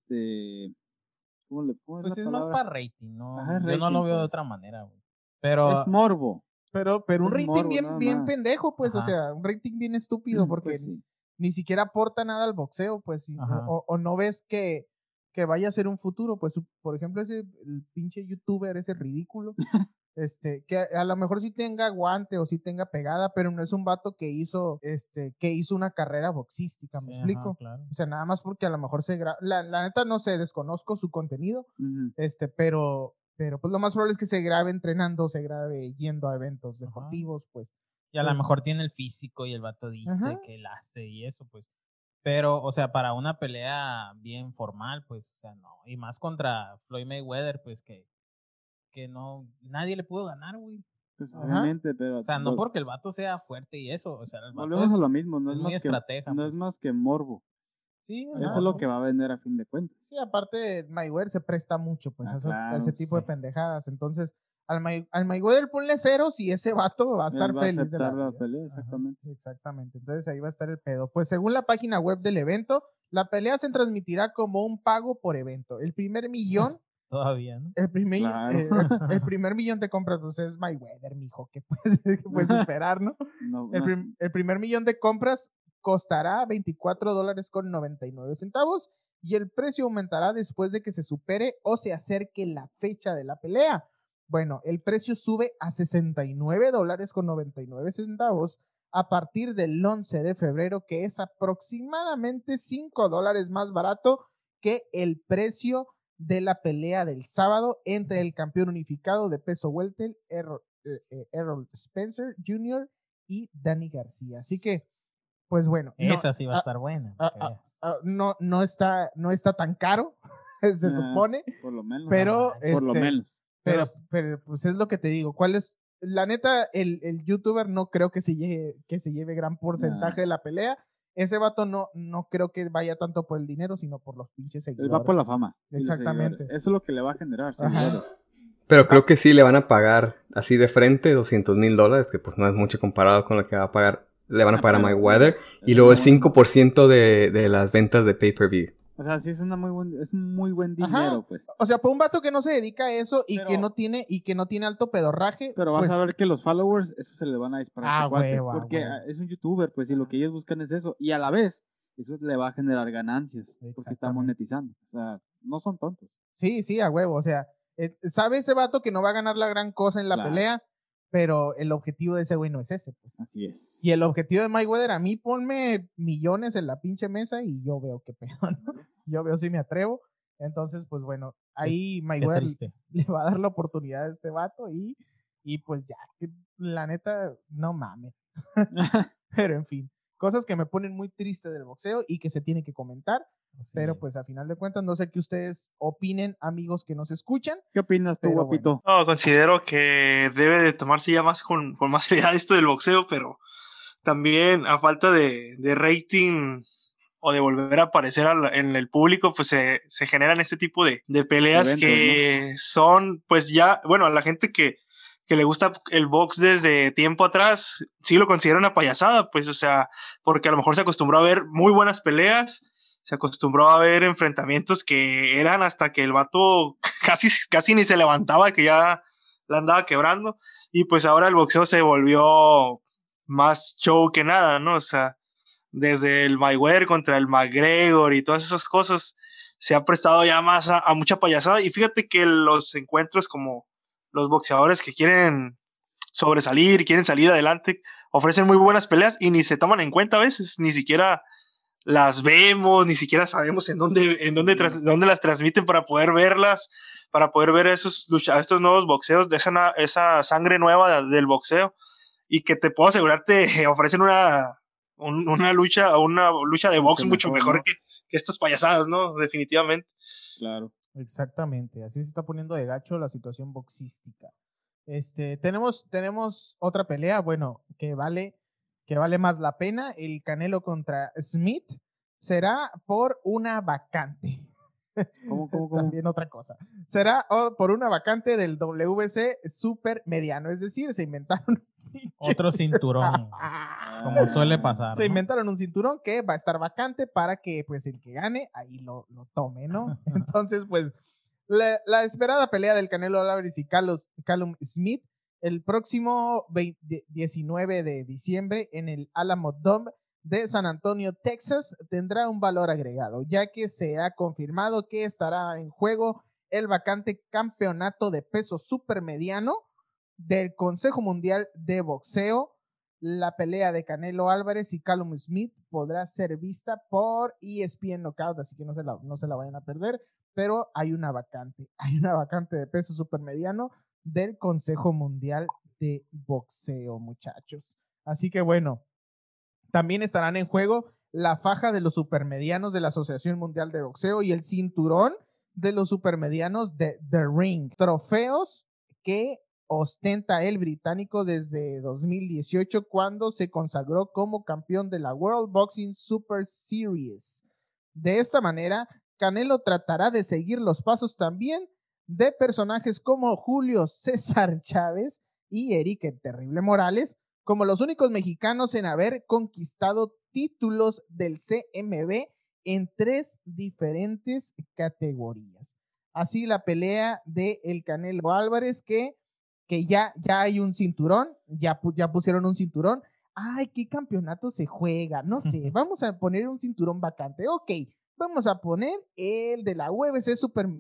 ¿cómo Pues la es más palabra? para rating, ¿no? Ajá, Yo no lo rating, veo de pues. otra manera, güey. Pero Es morbo. Pero un Es rating morbo, bien, nada bien más. pendejo, pues, o Ajá. sea, un rating bien estúpido, porque Pues sí. ni siquiera aporta nada al boxeo, pues, Ajá. o no ves que vaya a ser un futuro, pues, por ejemplo, el pinche youtuber, ese ridículo, que a lo mejor sí tenga guante o sí tenga pegada, pero no es un vato que hizo una carrera boxística, ¿me Sí, explico? ajá, claro. O sea, nada más porque a lo mejor la neta no sé, desconozco su contenido, Ujú. pero pues lo más probable es que se grabe entrenando, se grabe yendo a eventos deportivos, pues. Y a lo Pues- mejor tiene el físico y el vato dice Ajá. que él hace y eso, pues. Pero, o sea, para una pelea bien formal, pues, o sea, no. Y más contra Floyd Mayweather, pues, que no, nadie le pudo ganar, güey. Pues Ajá. obviamente, pero O sea, no porque el vato sea fuerte y eso, o sea, el vato volvemos a lo mismo, no es es muy más que estratega. no pues. es más que morbo. Sí, Ajá. Eso es lo que va a vender a fin de cuentas. Sí, aparte Mayweather se presta mucho pues a Claro, ese tipo de sí. pendejadas. Entonces, al Mayweather ponle ceros y ese vato va a estar Él va a feliz de la aceptar la vida. pelea, Ajá, exactamente. exactamente. Entonces ahí va a estar el pedo. Pues según la página web del evento, la pelea se transmitirá como un pago por evento. El primer millón, Todavía, ¿no? el primer, Claro. el primer millón de compras, pues es Mayweather, mijo. ¿Qué puedes esperar, no? No, El primer millón de compras costará $24.99 y el precio aumentará después de que se supere o se acerque la fecha de la pelea. Bueno, el precio sube a $69.99 a partir del 11 de febrero, que es aproximadamente $5 más barato que el precio de la pelea del sábado entre el campeón unificado de peso welter Errol Spencer Jr. y Danny García. Así que, pues bueno. Esa sí va a estar buena. No está tan caro, se supone. Por lo menos. Pero, por lo menos. Pero pues es lo que te digo. ¿Cuál es? La neta, el youtuber no creo que se lleve gran porcentaje de la pelea. Ese vato no creo que vaya tanto por el dinero, sino por los pinches seguidores. Él va por la fama. Exactamente. Eso es lo que le va a generar, seguidores. Pero creo que sí le van a pagar así de frente $200,000, que pues no es mucho comparado con lo que va a pagar. Le van a pagar a Mayweather. Y luego el 5% de las ventas de pay-per-view. O sea, sí es un muy buen dinero, pues. O sea, por un vato que no se dedica a eso y que no tiene alto pedorraje. Pero vas a ver que los followers, eso se le van a disparar. Huevo, porque es un youtuber, pues, y lo que ellos buscan es eso. Y a la vez, eso le va a generar ganancias. Porque está monetizando. O sea, no son tontos. Sí, a huevo. O sea, sabe ese vato que no va a ganar la gran cosa en la pelea, pero el objetivo de ese güey no es ese, pues. Así es. Y el objetivo de Mayweather, a mí ponme millones en la pinche mesa y yo veo qué pedo, ¿no? Yo veo si me atrevo. Entonces, pues bueno, ahí Mayweather le va a dar la oportunidad a este vato y pues ya, la neta, no mames. Pero en fin, cosas que me ponen muy triste del boxeo y que se tiene que comentar. Pero pues a final de cuentas, no sé qué ustedes opinen, amigos que nos escuchan. ¿Qué opinas tú, guapito? Bueno. No, considero que debe de tomarse ya más con más seriedad esto del boxeo, pero también a falta de rating o de volver a aparecer en el público, pues se generan este tipo de peleas eventos, que ¿no? Son, pues ya, bueno, a la gente que le gusta el box desde tiempo atrás, sí lo considera una payasada, pues, o sea, porque a lo mejor se acostumbró a ver muy buenas peleas, se acostumbró a ver enfrentamientos que eran hasta que el vato casi ni se levantaba, que ya la andaba quebrando, y pues ahora el boxeo se volvió más show que nada, ¿no? O sea, desde el Mayweather contra el McGregor y todas esas cosas, se ha prestado ya más a mucha payasada, y fíjate que los encuentros como los boxeadores que quieren sobresalir, quieren salir adelante, ofrecen muy buenas peleas y ni se toman en cuenta a veces, ni siquiera las vemos, ni siquiera sabemos en dónde las transmiten para poder verlas, para poder ver estos nuevos boxeos, de esa sangre nueva del boxeo, y que te puedo asegurar te ofrecen una lucha de box mucho mejor, ¿no? que estas payasadas, ¿no? Definitivamente. Claro. Exactamente, así se está poniendo de gacho la situación boxística. Tenemos otra pelea, bueno, que vale más la pena. El Canelo contra Smith será por una vacante. ¿Cómo? También otra cosa. Será por una vacante del WC super mediano, es decir, se inventaron otro cinturón, como suele pasar. Se inventaron un cinturón que va a estar vacante para que pues el que gane ahí lo tome, ¿no? Entonces, pues la esperada pelea del Canelo Álvarez y Callum Smith el próximo 19 de diciembre en el Alamo Dome de San Antonio, Texas, tendrá un valor agregado, ya que se ha confirmado que estará en juego el vacante campeonato de peso supermediano del Consejo Mundial de Boxeo. La pelea de Canelo Álvarez y Callum Smith podrá ser vista por ESPN Knockout, así que no se la vayan a perder, pero hay una vacante de peso supermediano del Consejo Mundial de Boxeo, muchachos. Así que bueno, también estarán en juego la faja de los supermedianos de la Asociación Mundial de Boxeo y el cinturón de los supermedianos de The Ring. Trofeos que ostenta el británico desde 2018 cuando se consagró como campeón de la World Boxing Super Series. De esta manera, Canelo tratará de seguir los pasos también de personajes como Julio César Chávez y Eric el Terrible Morales, como los únicos mexicanos en haber conquistado títulos del CMB en 3 diferentes categorías. Así la pelea de el Canelo Álvarez, que ya hay un cinturón, ya pusieron un cinturón. Ay, ¿qué campeonato se juega? No sé, vamos a poner un cinturón vacante. Ok, vamos a poner el de la WBC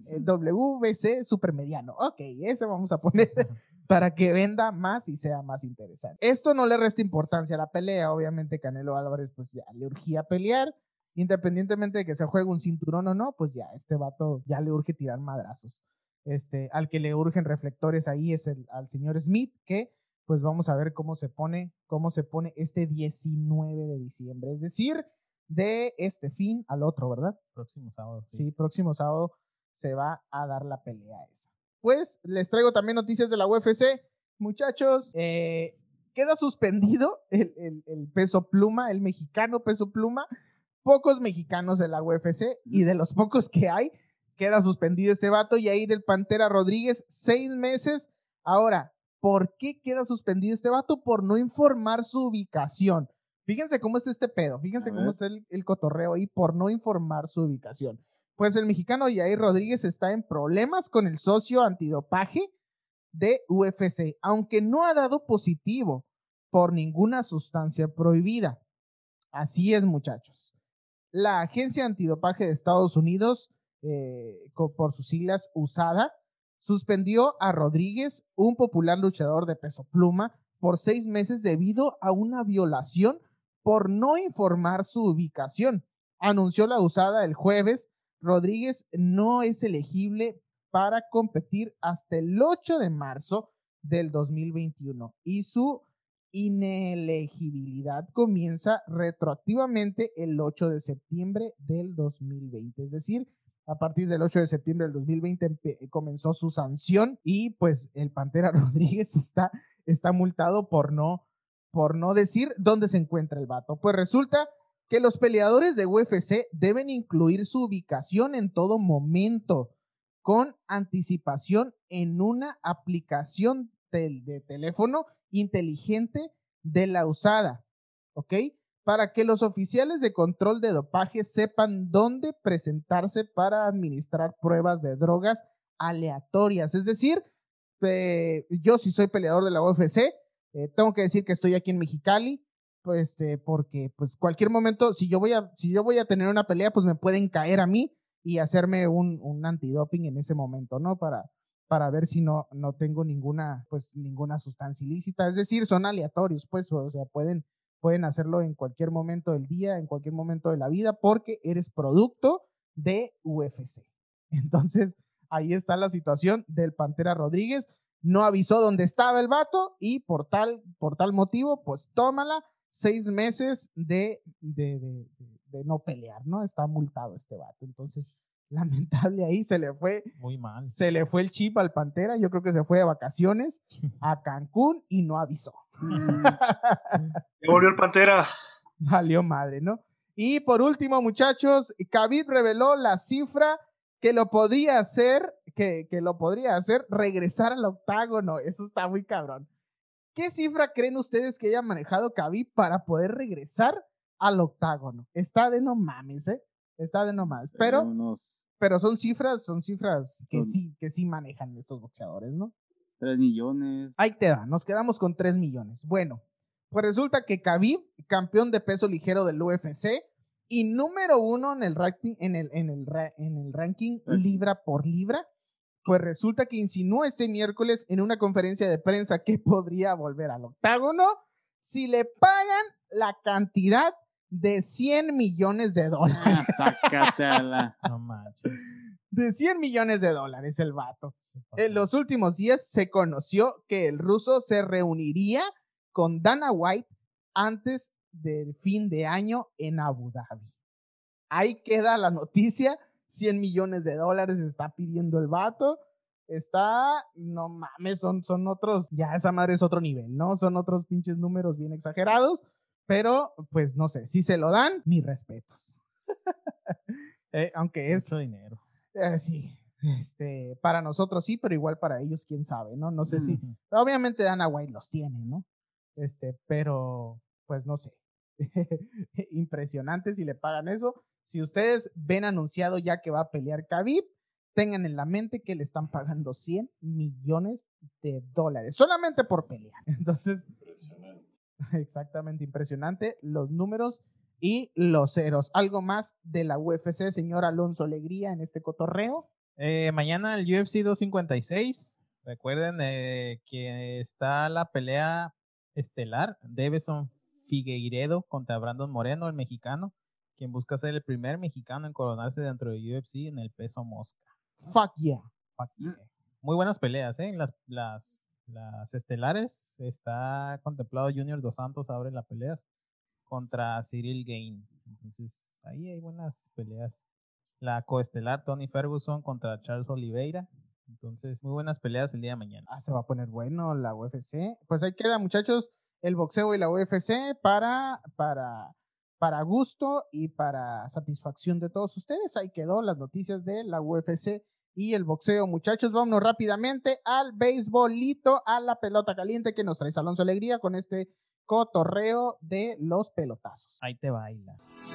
WBC Supermediano. Ok, ese vamos a poner para que venda más y sea más interesante. Esto no le resta importancia a la pelea. Obviamente Canelo Álvarez pues ya le urgía pelear. Independientemente de que se juegue un cinturón o no, pues ya este vato ya le urge tirar madrazos. Al que le urgen reflectores ahí es al señor Smith, que pues vamos a ver cómo se pone este 19 de diciembre, es decir, de este fin al otro, ¿verdad? Próximo sábado. Sí, próximo sábado se va a dar la pelea esa. Pues les traigo también noticias de la UFC. Muchachos, queda suspendido el peso pluma, el mexicano peso pluma. Pocos mexicanos de la UFC y de los pocos que hay, queda suspendido este vato. Yair el Pantera Rodríguez, 6 meses. Ahora, ¿por qué queda suspendido este vato? Por no informar su ubicación. Fíjense cómo está este pedo, fíjense cómo está el cotorreo ahí por no informar su ubicación. Pues el mexicano Yair Rodríguez está en problemas con el socio antidopaje de UFC, aunque no ha dado positivo por ninguna sustancia prohibida. Así es, muchachos. La Agencia Antidopaje de Estados Unidos, por sus siglas USADA, suspendió a Rodríguez, un popular luchador de peso pluma, por 6 meses debido a una violación por no informar su ubicación. Anunció la USADA el jueves. Rodríguez no es elegible para competir hasta el 8 de marzo del 2021 y su inelegibilidad comienza retroactivamente el 8 de septiembre del 2020. Es decir, a partir del 8 de septiembre del 2020 comenzó su sanción y pues el Pantera Rodríguez está multado por no decir dónde se encuentra el vato. Pues resulta que los peleadores de UFC deben incluir su ubicación en todo momento con anticipación en una aplicación de teléfono inteligente de la USADA, ¿ok? Para que los oficiales de control de dopaje sepan dónde presentarse para administrar pruebas de drogas aleatorias. Es decir, yo si soy peleador de la UFC, tengo que decir que estoy aquí en Mexicali, pues, porque pues cualquier momento, si yo voy a tener una pelea, pues me pueden caer a mí y hacerme un antidoping en ese momento, ¿no? Para ver si no tengo ninguna sustancia ilícita. Es decir, son aleatorios, pues, o sea, pueden hacerlo en cualquier momento del día, en cualquier momento de la vida, porque eres producto de UFC. Entonces, ahí está la situación del Pantera Rodríguez. No avisó dónde estaba el vato y por tal motivo, pues tómala, 6 meses de no pelear, ¿no? Está multado este vato. Entonces, lamentable ahí, se le fue muy mal. Se le fue el chip al Pantera. Yo creo que se fue de vacaciones a Cancún y no avisó. Ya volvió el Pantera. Valió madre, ¿no? Y por último, muchachos, Khabib reveló la cifra que lo podría hacer, regresar al octágono. Eso está muy cabrón. ¿Qué cifra creen ustedes que haya manejado Khabib para poder regresar al octágono? Está de no mames, ¿eh? Está de no mames. Pero son cifras que sí manejan estos boxeadores, ¿no? 3 millones. Ahí te da, nos quedamos con 3 millones. Bueno, pues resulta que Khabib, campeón de peso ligero del UFC y número 1 en el ranking, en el ranking libra por libra, pues resulta que insinuó este miércoles en una conferencia de prensa que podría volver al octágono si le pagan la cantidad de $100 millones. Sácatela. No manches. De $100 millones el vato. En los últimos días se conoció que el ruso se reuniría con Dana White antes del fin de año en Abu Dhabi. Ahí queda la noticia. $100 millones está pidiendo el vato. No mames, son otros, ya esa madre es otro nivel, ¿no? Son otros pinches números bien exagerados, pero pues no sé, si se lo dan, mis respetos. Aunque es... Mucho dinero. Sí, para nosotros sí, pero igual para ellos, quién sabe, ¿no? No sé si, obviamente Dana White los tiene, ¿no? Pero pues no sé. Impresionante si le pagan eso. Si ustedes ven anunciado ya que va a pelear Khabib, tengan en la mente que le están pagando $100 millones solamente por pelear. Entonces, exactamente, impresionante los números y los ceros. ¿Algo más de la UFC, señor Alonso Alegría, en este cotorreo? Mañana el UFC 256. Recuerden que está la pelea estelar. Deiveson Figueiredo contra Brandon Moreno, el mexicano, quien busca ser el primer mexicano en coronarse dentro de UFC en el peso mosca. Fuck yeah. Muy buenas peleas, ¿eh? Las estelares está contemplado Junior Dos Santos, abre las peleas contra Cyril Gane. Entonces ahí hay buenas peleas. La coestelar Tony Ferguson contra Charles Oliveira. Entonces muy buenas peleas el día de mañana. Se va a poner bueno la UFC. Pues ahí queda, muchachos, el boxeo y la UFC para gusto y para satisfacción de todos ustedes. Ahí quedó las noticias de la UFC y el boxeo, muchachos. Vámonos rápidamente al beisbolito, a la pelota caliente que nos trae Alonso Alegría con este cotorreo de los pelotazos. Ahí te baila.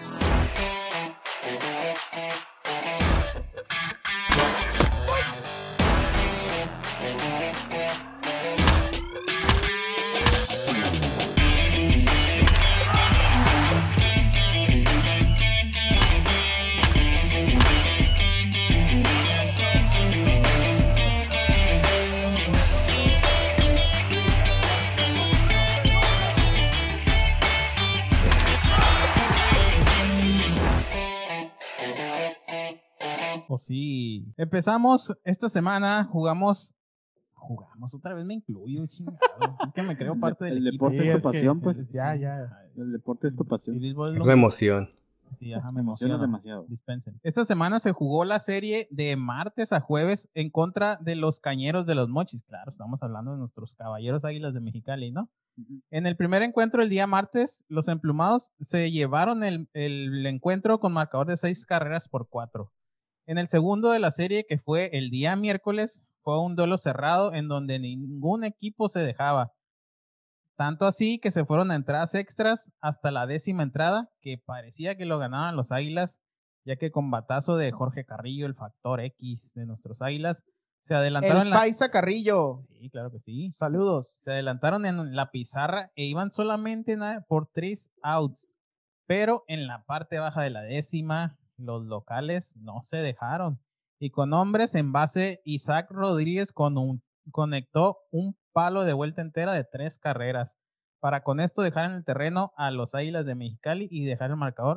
Sí. Empezamos esta semana, jugamos otra vez, me incluyo, chingado. Es que me creo parte del equipo. El deporte es tu pasión, pues. Ya. El deporte es tu pasión. Es una emoción. Sí, ajá, me emociona demasiado. Dispensen. Esta semana se jugó la serie de martes a jueves en contra de los Cañeros de los Mochis. Claro, estamos hablando de nuestros Caballeros Águilas de Mexicali, ¿no? En el primer encuentro el día martes, los emplumados se llevaron el encuentro con marcador de 6-4. En el segundo de la serie, que fue el día miércoles, fue un duelo cerrado en donde ningún equipo se dejaba. Tanto así que se fueron a entradas extras hasta la 10ª entrada, que parecía que lo ganaban los Águilas, ya que con batazo de Jorge Carrillo, el factor X de nuestros Águilas, se adelantaron Paisa Carrillo. Sí, claro que sí. Saludos. Se adelantaron en la pizarra e iban solamente por 3 outs. Pero en la parte baja de la 10ª, los locales no se dejaron. Y con hombres en base, Isaac Rodríguez conectó un palo de vuelta entera de 3 carreras. Para con esto dejar en el terreno a los Águilas de Mexicali y dejar el marcador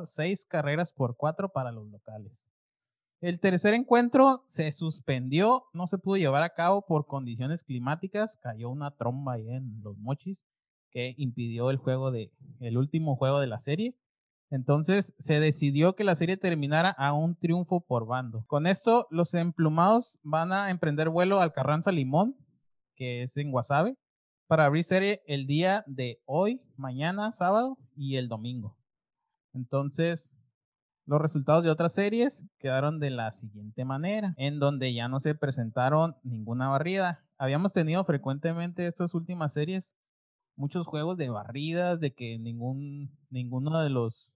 6-4 para los locales. El tercer encuentro se suspendió, no se pudo llevar a cabo por condiciones climáticas. Cayó una tromba ahí en los Mochis que impidió el último juego de la serie. Entonces se decidió que la serie terminara a un triunfo por bando. Con esto, los emplumados van a emprender vuelo al Carranza Limón, que es en Guasave, para abrir serie el día de hoy, mañana, sábado y el domingo. Entonces, los resultados de otras series quedaron de la siguiente manera, en donde ya no se presentaron ninguna barrida. Habíamos tenido frecuentemente estas últimas series muchos juegos de barridas, de que ninguno de los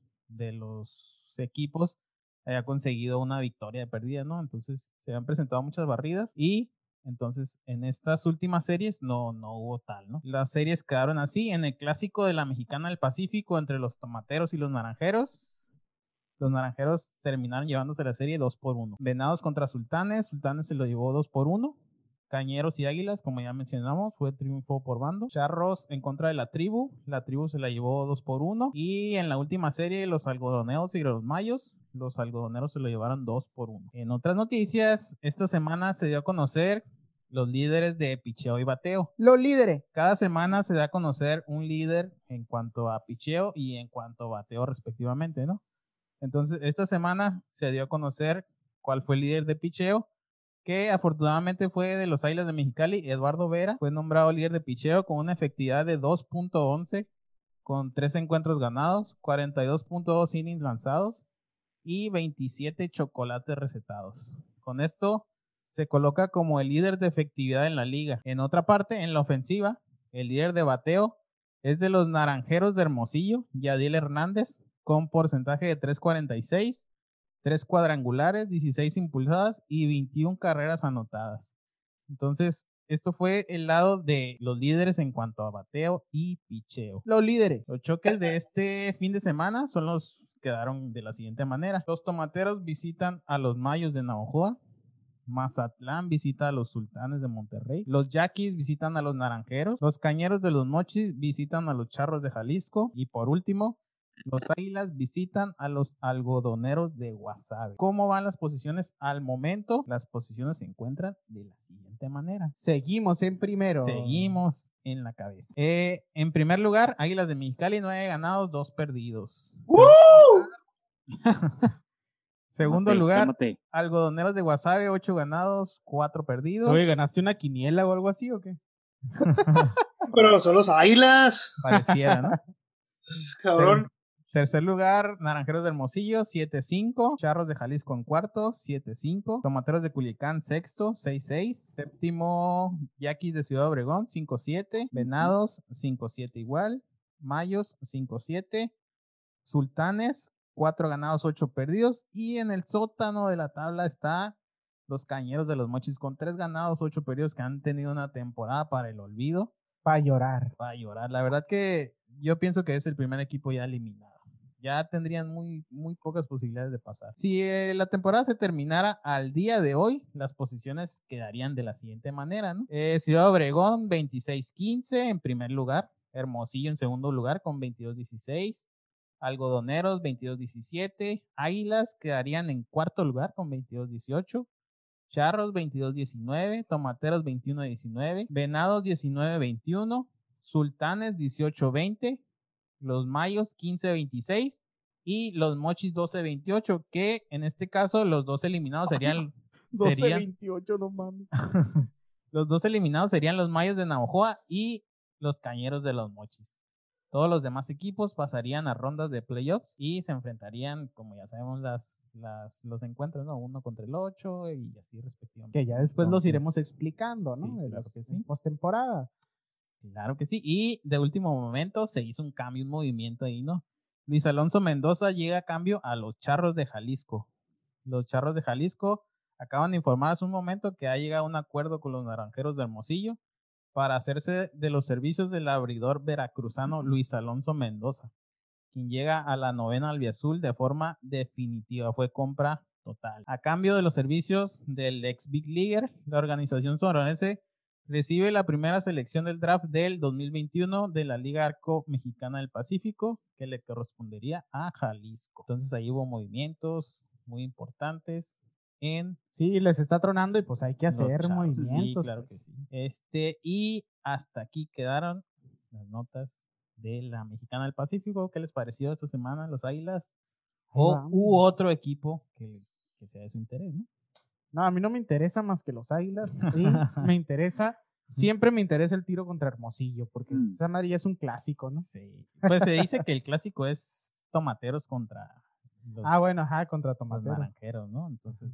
equipos haya conseguido una victoria de pérdida, ¿no? Entonces se han presentado muchas barridas y entonces en estas últimas series no hubo tal, ¿no? Las series quedaron así. En el clásico de la Mexicana del Pacífico entre los Tomateros y los Naranjeros terminaron llevándose la serie 2-1. Venados contra Sultanes se lo llevó 2-1. Cañeros y Águilas, como ya mencionamos, fue triunfo por bando. Charros en contra de la tribu se la llevó 2-1. Y en la última serie, los algodoneros y los mayos, los algodoneros se lo llevaron 2-1. En otras noticias, esta semana se dio a conocer los líderes de picheo y bateo. Los líderes. Cada semana se da a conocer un líder en cuanto a picheo y en cuanto a bateo respectivamente, ¿no? Entonces, esta semana se dio a conocer cuál fue el líder de picheo, que afortunadamente fue de los Águilas de Mexicali. Eduardo Vera fue nombrado líder de picheo con una efectividad de 2.11, con 3 encuentros ganados, 42.2 innings lanzados y 27 chocolates recetados. Con esto se coloca como el líder de efectividad en la liga. En otra parte, en la ofensiva, el líder de bateo es de los Naranjeros de Hermosillo, Yadiel Hernández, con porcentaje de 3.46, 3 cuadrangulares, 16 impulsadas y 21 carreras anotadas. Entonces, esto fue el lado de los líderes en cuanto a bateo y picheo. Los líderes. Los choques de este fin de semana son los que quedaron de la siguiente manera. Los Tomateros visitan a los Mayos de Navojoa. Mazatlán visita a los Sultanes de Monterrey. Los Yaquis visitan a los Naranjeros. Los Cañeros de los Mochis visitan a los Charros de Jalisco. Y por último, los Águilas visitan a los Algodoneros de Guasave. ¿Cómo van las posiciones al momento? Las posiciones se encuentran de la siguiente manera. Seguimos en primero. Seguimos en la cabeza. En primer lugar, Águilas de Mexicali, 9 ganados, 2 perdidos. Segundo lugar, Cálmate. Algodoneros de Guasave, 8 ganados, 4 perdidos. Oye, ¿ganaste una quiniela o algo así o qué? Pero son los Águilas. Pareciera, ¿no? Cabrón. Tercer lugar, Naranjeros de Hermosillo, 7-5. Charros de Jalisco en cuarto, 7-5. Tomateros de Culiacán, sexto, 6-6. Séptimo, Yaquis de Ciudad Obregón, 5-7. Venados, 5-7 igual. Mayos, 5-7. Sultanes, 4 ganados, 8 perdidos. Y en el sótano de la tabla está los Cañeros de los Mochis con 3 ganados, 8 perdidos, que han tenido una temporada para el olvido. Para llorar. Para llorar. La verdad que yo pienso que es el primer equipo ya eliminado. Ya tendrían muy pocas posibilidades de pasar. Si la temporada se terminara al día de hoy, las posiciones quedarían de la siguiente manera, ¿no? Ciudad Obregón, 26-15 en primer lugar. Hermosillo en segundo lugar con 22-16. Algodoneros, 22-17. Águilas quedarían en cuarto lugar con 22-18. Charros, 22-19. Tomateros, 21-19. Venados, 19-21. Sultanes, 18-20. Los Mayos 15-26 y los Mochis 12-28, que en este caso los dos eliminados serían 12-28, no mames. los dos eliminados serían los Mayos de Navojoa y los Cañeros de los Mochis. Todos los demás equipos pasarían a rondas de playoffs y se enfrentarían, como ya sabemos, los encuentros, ¿no? 1 contra el 8 y así respectivamente. Que ya después los Entonces, iremos explicando, ¿no? sí, claro que sí. Postemporada. Claro que sí. Y de último momento se hizo un cambio, un movimiento ahí, ¿no? Luis Alonso Mendoza llega a cambio a los Charros de Jalisco. Los Charros de Jalisco acaban de informar hace un momento que ha llegado a un acuerdo con los Naranjeros de Hermosillo para hacerse de los servicios del abridor veracruzano Luis Alonso Mendoza, quien llega a la 9ª albiazul de forma definitiva. Fue compra total. A cambio de los servicios del ex Big Leaguer, la organización sonorense recibe la primera selección del draft del 2021 de la Liga Arco Mexicana del Pacífico, que le correspondería a Jalisco. Entonces ahí hubo movimientos muy importantes en... Sí, les está tronando y pues hay que hacer Charros. movimientos. Sí, claro pues. que sí. Y hasta aquí quedaron las notas de la Mexicana del Pacífico. ¿Qué les pareció esta semana los Águilas? ¿U otro equipo que sea de su interés, ¿no? No, a mí no me interesa más que los Águilas. Y me interesa, siempre me interesa el tiro contra Hermosillo, porque esa madre ya es un clásico, ¿no? Sí. Pues se dice que el clásico es Tomateros contra los, contra los Tomateros. Naranjeros, ¿no? Entonces,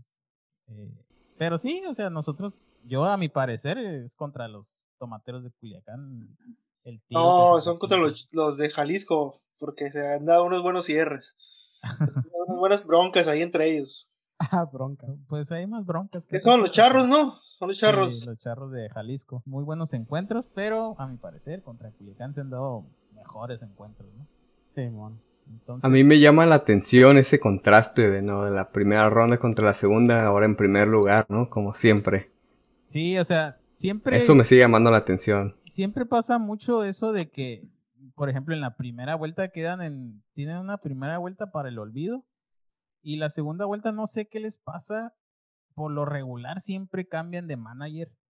pero sí, o sea, yo a mi parecer es contra los Tomateros de Culiacán. El tiro No, son contra los de Jalisco, porque se han dado unos buenos cierres. Unas buenas broncas ahí entre ellos. Bronca. Pues hay más broncas. ¿Qué son los Charros, no? Son los Charros. Sí, los Charros de Jalisco. Muy buenos encuentros, pero a mi parecer contra Culiacán se han dado mejores encuentros, ¿no? Sí, mon. Entonces, a mí me llama la atención ese contraste de la primera ronda contra la segunda, ahora en primer lugar, ¿no? Como siempre. Sí, o sea, siempre... Eso me sigue llamando la atención. Siempre pasa mucho eso de que, por ejemplo, en la primera vuelta tienen una primera vuelta para el olvido. Y la segunda vuelta no sé qué les pasa, por lo regular siempre cambian de manager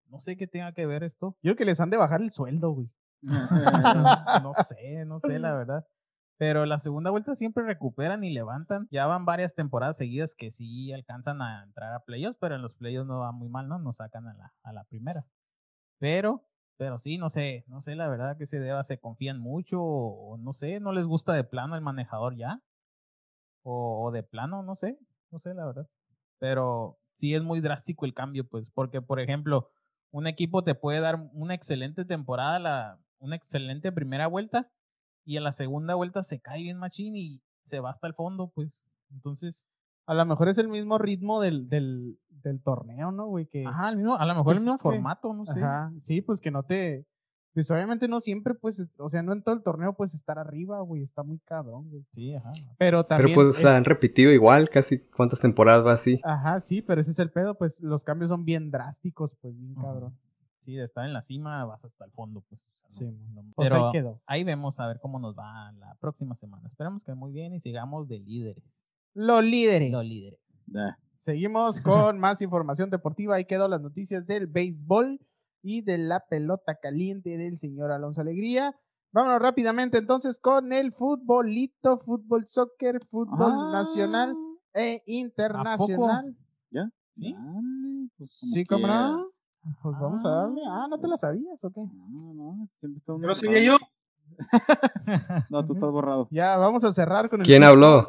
No sé qué tenga que ver esto. Yo creo que les han de bajar el sueldo, güey. No sé, la verdad. Pero la segunda vuelta siempre recuperan y levantan. Ya van varias temporadas seguidas que sí alcanzan a entrar a playoffs, pero en los playoffs no va muy mal, ¿no? Nos sacan a la primera. Pero sí, no sé la verdad que se deba, se confían mucho o no sé, no les gusta de plano el manejador ya. O de plano, no sé la verdad. Pero sí es muy drástico el cambio, pues, porque por ejemplo, un equipo te puede dar una excelente temporada, una excelente primera vuelta, y en la segunda vuelta se cae bien machín y se va hasta el fondo, pues. Entonces, A lo mejor es el mismo ritmo del torneo, ¿no, güey? Que, ajá, a lo mejor pues el mismo es que- formato, no sé. Ajá, sí, pues que no te... Pues obviamente no siempre, pues, o sea, no en todo el torneo puedes estar arriba, güey, está muy cabrón, güey. Sí, ajá. Pero Pero también... pues la han repetido igual, casi cuántas temporadas va así. Ajá, sí, pero ese es el pedo, pues los cambios son bien drásticos, pues bien Ajá. cabrón. Sí, de estar en la cima vas hasta el fondo, pues. O sea, Sí, no. pues Pero ahí quedó. ahí vemos a ver cómo nos va la próxima semana. Esperamos que muy bien y sigamos de líderes. Los líderes. Los líderes. Da. Seguimos con más información deportiva. Ahí quedó las noticias del béisbol y de la pelota caliente del señor Alonso Alegría. Vámonos rápidamente entonces con el futbolito, fútbol, soccer, fútbol nacional e internacional. ¿Ya? ¿Sí? Dale, pues como Sí, ¿cómo no? quieras. Pues vamos a darle. Ah, ¿no te la sabías o qué? No, siempre está uno ¿Pero borrado. seguía yo? No, tú estás borrado. Ya, vamos a cerrar con el ¿Quién fútbol. habló?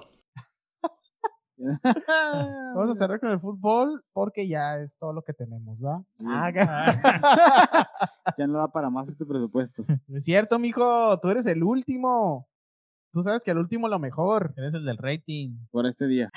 Vamos a cerrar con el fútbol porque ya es todo lo que tenemos, ¿va? Ya no da para más este presupuesto. No es cierto, mijo, tú eres el último. Tú sabes que el último lo mejor. Eres el del rating. Por este día.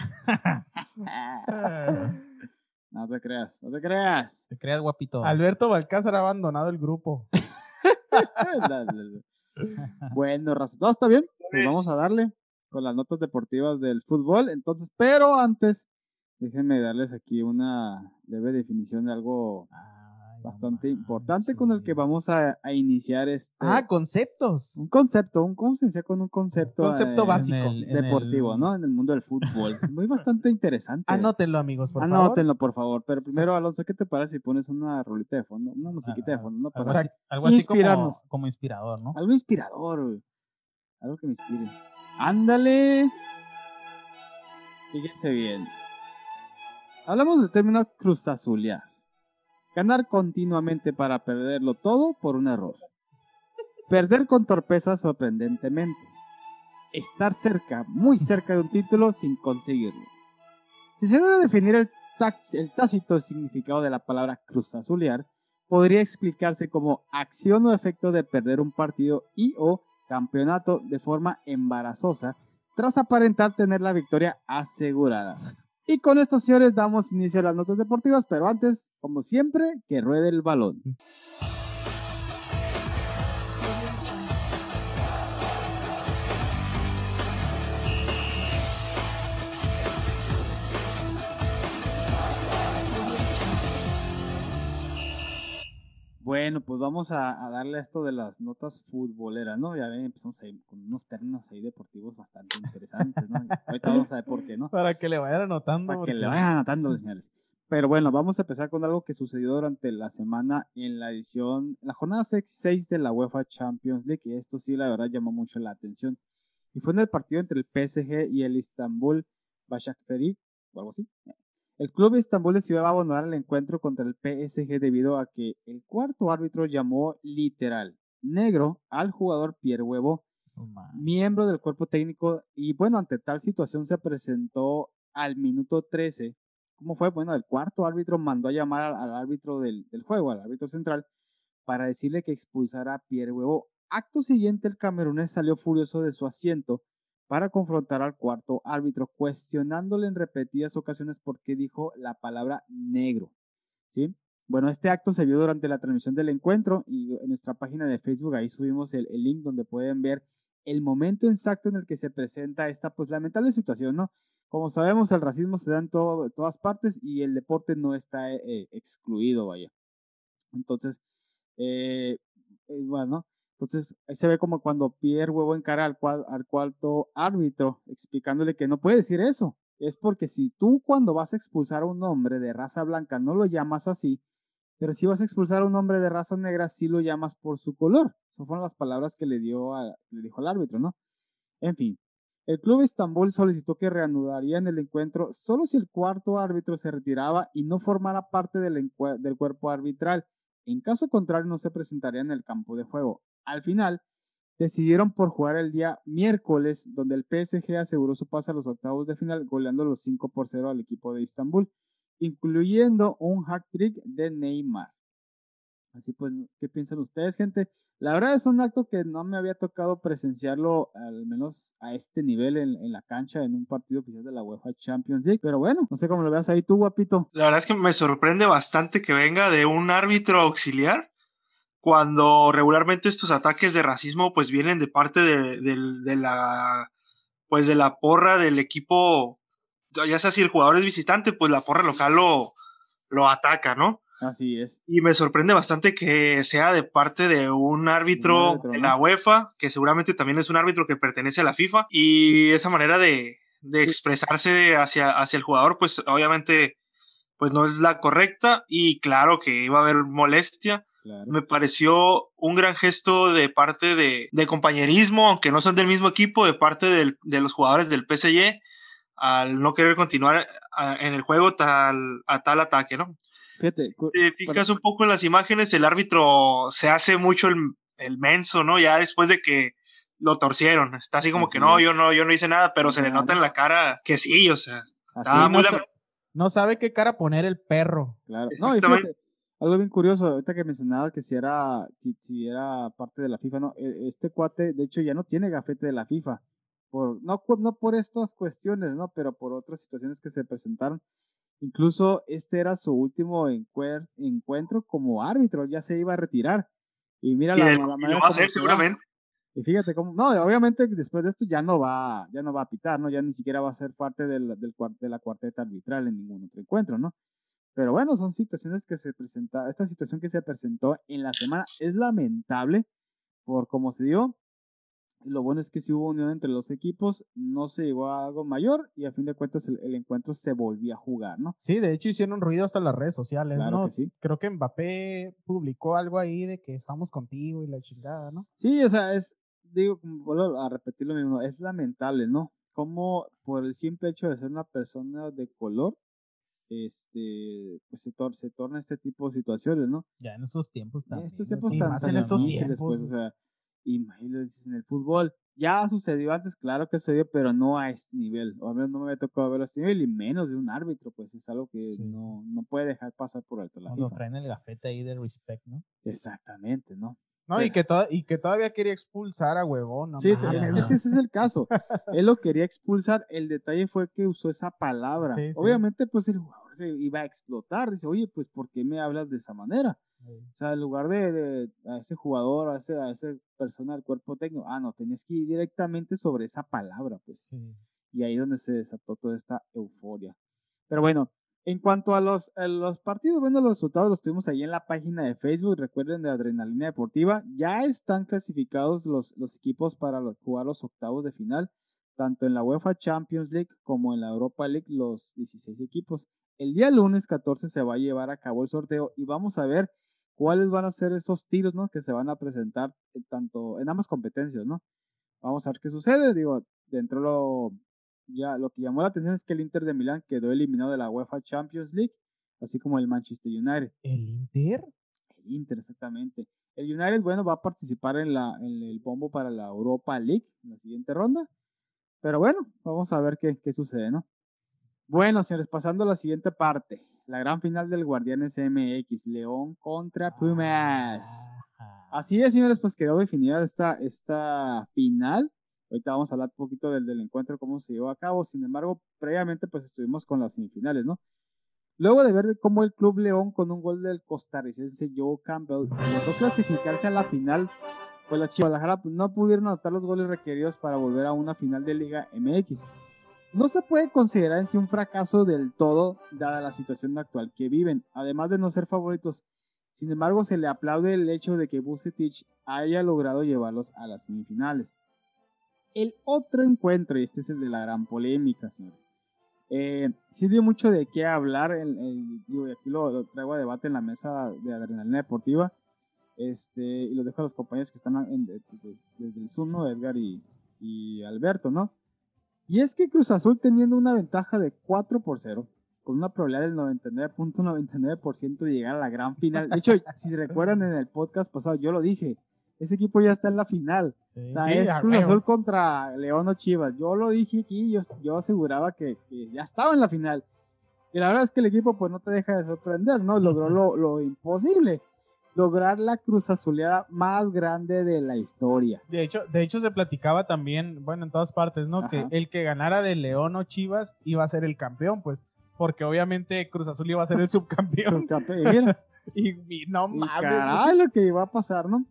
No te creas, no te creas. Te creas guapito. Alberto Balcázar ha abandonado el grupo. Dale. Bueno, raza, ¿todo está bien? Pues vamos a darle con las notas deportivas del fútbol. Entonces, pero antes, déjenme darles aquí una leve definición de algo Ay, bastante no importante con el que manches. vamos a iniciar Conceptos. un concepto, ¿cómo se dice? Con un concepto, Concepto básico. deportivo, ¿no? En el mundo del fútbol. Muy bastante interesante. Anótenlo, amigos, por favor. Anótenlo, por favor. Pero primero, Alonso, ¿qué te parece si pones una rolita de fondo? Una musiquita de fondo, ¿no? Algo Para así, algo así inspirarnos. como inspirador, ¿no? Algo inspirador, güey. Algo que me inspire. ¡Ándale! Fíjense bien. Hablamos del término cruzazulear. Ganar continuamente para perderlo todo por un error. Perder con torpeza sorprendentemente. Estar cerca, muy cerca de un título sin conseguirlo. Si se debe definir el tácito significado de la palabra cruzazulear, podría explicarse como acción o efecto de perder un partido y o campeonato de forma embarazosa tras aparentar tener la victoria asegurada. Y con esto, señores, damos inicio a las notas deportivas, pero antes, como siempre, que ruede el balón. Bueno, pues vamos a darle a esto de las notas futboleras, ¿no? Ya ven, empezamos ahí con unos términos ahí deportivos bastante interesantes, ¿no? Ahorita vamos a ver por qué, ¿no? Para que le vayan anotando. Para que porque- le vayan anotando, señores. Pero bueno, vamos a empezar con algo que sucedió durante la semana en la jornada 6 de la UEFA Champions League, y esto sí, la verdad, llamó mucho la atención. Y fue en el partido entre el PSG y el Istanbul Başakşehir, o algo así. El club de Istanbul decidió abandonar el encuentro contra el PSG debido a que el cuarto árbitro llamó literal negro al jugador Pierre Huevo, miembro del cuerpo técnico, y bueno, ante tal situación se presentó al minuto 13. ¿Cómo fue? Bueno, el cuarto árbitro mandó a llamar al árbitro del juego, al árbitro central, para decirle que expulsara a Pierre Huevo. Acto siguiente, el camerunés salió furioso de su asiento para confrontar al cuarto árbitro, cuestionándole en repetidas ocasiones por qué dijo la palabra negro, ¿sí? Bueno, este acto se vio durante la transmisión del encuentro y en nuestra página de Facebook ahí subimos el link donde pueden ver el momento exacto en el que se presenta esta pues lamentable situación, ¿no? Como sabemos, el racismo se da en todas partes y el deporte no está excluido, vaya. Entonces, bueno, entonces ahí se ve como cuando Pierre Huevo encara al cuarto árbitro explicándole que no puede decir eso. Es porque si tú cuando vas a expulsar a un hombre de raza blanca no lo llamas así, Pero si vas a expulsar a un hombre de raza negra, sí lo llamas por su color. Esas fueron las palabras que le dijo al árbitro, ¿no? En fin, el club Estambul solicitó que reanudarían el encuentro solo si el cuarto árbitro se retiraba y no formara parte del cuerpo arbitral. En caso contrario, no se presentaría en el campo de juego. Al final, decidieron por jugar el día miércoles, donde el PSG aseguró su pase a los octavos de final, goleando los 5-0 al equipo de Estambul, incluyendo un hat-trick de Neymar. Así pues, ¿qué piensan ustedes, gente? La verdad es un acto que no me había tocado presenciarlo, al menos a este nivel en la cancha, en un partido oficial de la UEFA Champions League. Pero bueno, no sé cómo lo veas ahí tú, guapito. La verdad es que me sorprende bastante que venga de un árbitro auxiliar, cuando regularmente estos ataques de racismo pues vienen de parte de la pues de la porra del equipo, ya sea si el jugador es visitante, pues la porra local lo ataca, ¿no? Así es. Y me sorprende bastante que sea de parte de un árbitro de la UEFA, que seguramente también es un árbitro que pertenece a la FIFA, y esa manera de expresarse hacia el jugador, pues obviamente pues no es la correcta, y claro que iba a haber molestia. Claro. Me pareció un gran gesto de parte de compañerismo, aunque no son del mismo equipo, de parte de los jugadores del PSG, al no querer continuar en el juego a tal ataque, ¿no? Fíjate, Si te fijas un poco en las imágenes, el árbitro se hace mucho el menso, ¿no? Ya después de que lo torcieron. Está así como Así que no, es. yo no hice nada, pero No se hice le nada. nota en la cara que sí, o sea. Así Estaba es. muy No sabe qué cara poner el perro. Claro. No, y Exactamente. fíjate, algo bien curioso, ahorita que mencionabas que si era parte de la FIFA, no, este cuate, de hecho, ya no tiene gafete de la FIFA. No por estas cuestiones, ¿no? Pero por otras situaciones que se presentaron. Incluso este era su último encuentro como árbitro, ya se iba a retirar. Y mira Y la lo manera va a como hacer se va. seguramente. Y fíjate cómo, no, obviamente después de esto ya no va a pitar, ¿no? Ya ni siquiera va a ser parte de la cuarteta arbitral en ningún otro encuentro, ¿no? Pero bueno, son situaciones que esta situación que se presentó en la semana es lamentable por cómo se dio. Lo bueno es que sí hubo unión entre los equipos, no se llegó a algo mayor y a fin de cuentas el encuentro se volvió a jugar, ¿no? Sí, de hecho hicieron ruido hasta las redes sociales, Claro ¿no? que sí. Creo que Mbappé publicó algo ahí de que estamos contigo y la chingada, ¿no? Sí, o sea, vuelvo a repetir lo mismo, es lamentable, ¿no? Como por el simple hecho de ser una persona de color, pues se torna este tipo de situaciones, ¿no? Ya en esos tiempos En también. estos tiempos Y tan, más tan en estos difíciles, tiempos. pues, o sea, imagínate en el fútbol. Ya sucedió antes, claro que sucedió, pero no a este nivel. O al menos no me había tocado verlo a este nivel, y menos de un árbitro, pues es algo que Sí. no puede dejar pasar por alto la Cuando FIFA. traen el gafete ahí de respect, ¿no? Exactamente, ¿no? No, Pero- y que todavía quería expulsar a Huevón, no Sí, mames. es que ese es el caso. Él lo quería expulsar. El detalle fue que usó esa palabra. Sí, sí. Obviamente, pues el jugador se iba a explotar. Dice, oye, pues, ¿por qué me hablas de esa manera? O sea, en lugar de a ese jugador, a esa persona del cuerpo técnico, no, tenías que ir directamente sobre esa palabra, pues. Sí. Y ahí donde se desató toda esta euforia. Pero bueno, en cuanto a los partidos, bueno, los resultados los tuvimos ahí en la página de Facebook. Recuerden, de Adrenalina Deportiva. Ya están clasificados los equipos para jugar los octavos de final, tanto en la UEFA Champions League como en la Europa League, los 16 equipos. El día lunes 14 se va a llevar a cabo el sorteo y vamos a ver cuáles van a ser esos tiros, ¿no? Que se van a presentar en ambas competencias, ¿no? Vamos a ver qué sucede. Digo, dentro lo que llamó la atención es que el Inter de Milán quedó eliminado de la UEFA Champions League, así como el Manchester United. ¿El Inter? El Inter, exactamente. El United, bueno, va a participar en el bombo para la Europa League en la siguiente ronda. Pero bueno, vamos a ver qué sucede, ¿no? Bueno, señores, pasando a la siguiente parte. La gran final del Guardianes MX, León contra Pumas. Así es, señores, pues quedó definida esta final. Ahorita vamos a hablar un poquito del encuentro, cómo se llevó a cabo. Sin embargo, previamente pues estuvimos con las semifinales, ¿no? Luego de ver cómo el Club León, con un gol del costarricense Joe Campbell, logró clasificarse a la final, pues las Chivas Guadalajara no pudieron anotar los goles requeridos para volver a una final de Liga MX. No se puede considerar en sí un fracaso del todo, dada la situación actual que viven, además de no ser favoritos. Sin embargo, se le aplaude el hecho de que Vucetich haya logrado llevarlos a las semifinales. El otro encuentro, y este es el de la gran polémica, señores. Sí dio mucho de qué hablar, digo, y aquí lo traigo a debate en la mesa de Adrenalina Deportiva, y lo dejo a los compañeros que están desde el Zoom, ¿no? Edgar y Alberto, ¿no? Y es que Cruz Azul teniendo una ventaja de 4-0, con una probabilidad del 99.99% de llegar a la gran final. De hecho, si recuerdan en el podcast pasado, yo lo dije, ese equipo ya está en la final. Sí, O sea, sí, es a Cruz huevo. Azul contra León o Chivas. Yo lo dije aquí, yo aseguraba que ya estaba en la final. Y la verdad es que el equipo pues no te deja de sorprender, ¿no? Logró lo imposible. Lograr la Cruz Azuleada más grande de la historia. De hecho, se platicaba también, bueno, en todas partes, ¿no? Ajá. Que el que ganara de León o Chivas iba a ser el campeón, pues. Porque obviamente Cruz Azul iba a ser el subcampeón. Subcampeón. Y mira, y no y mames. caray lo que iba a pasar, ¿no?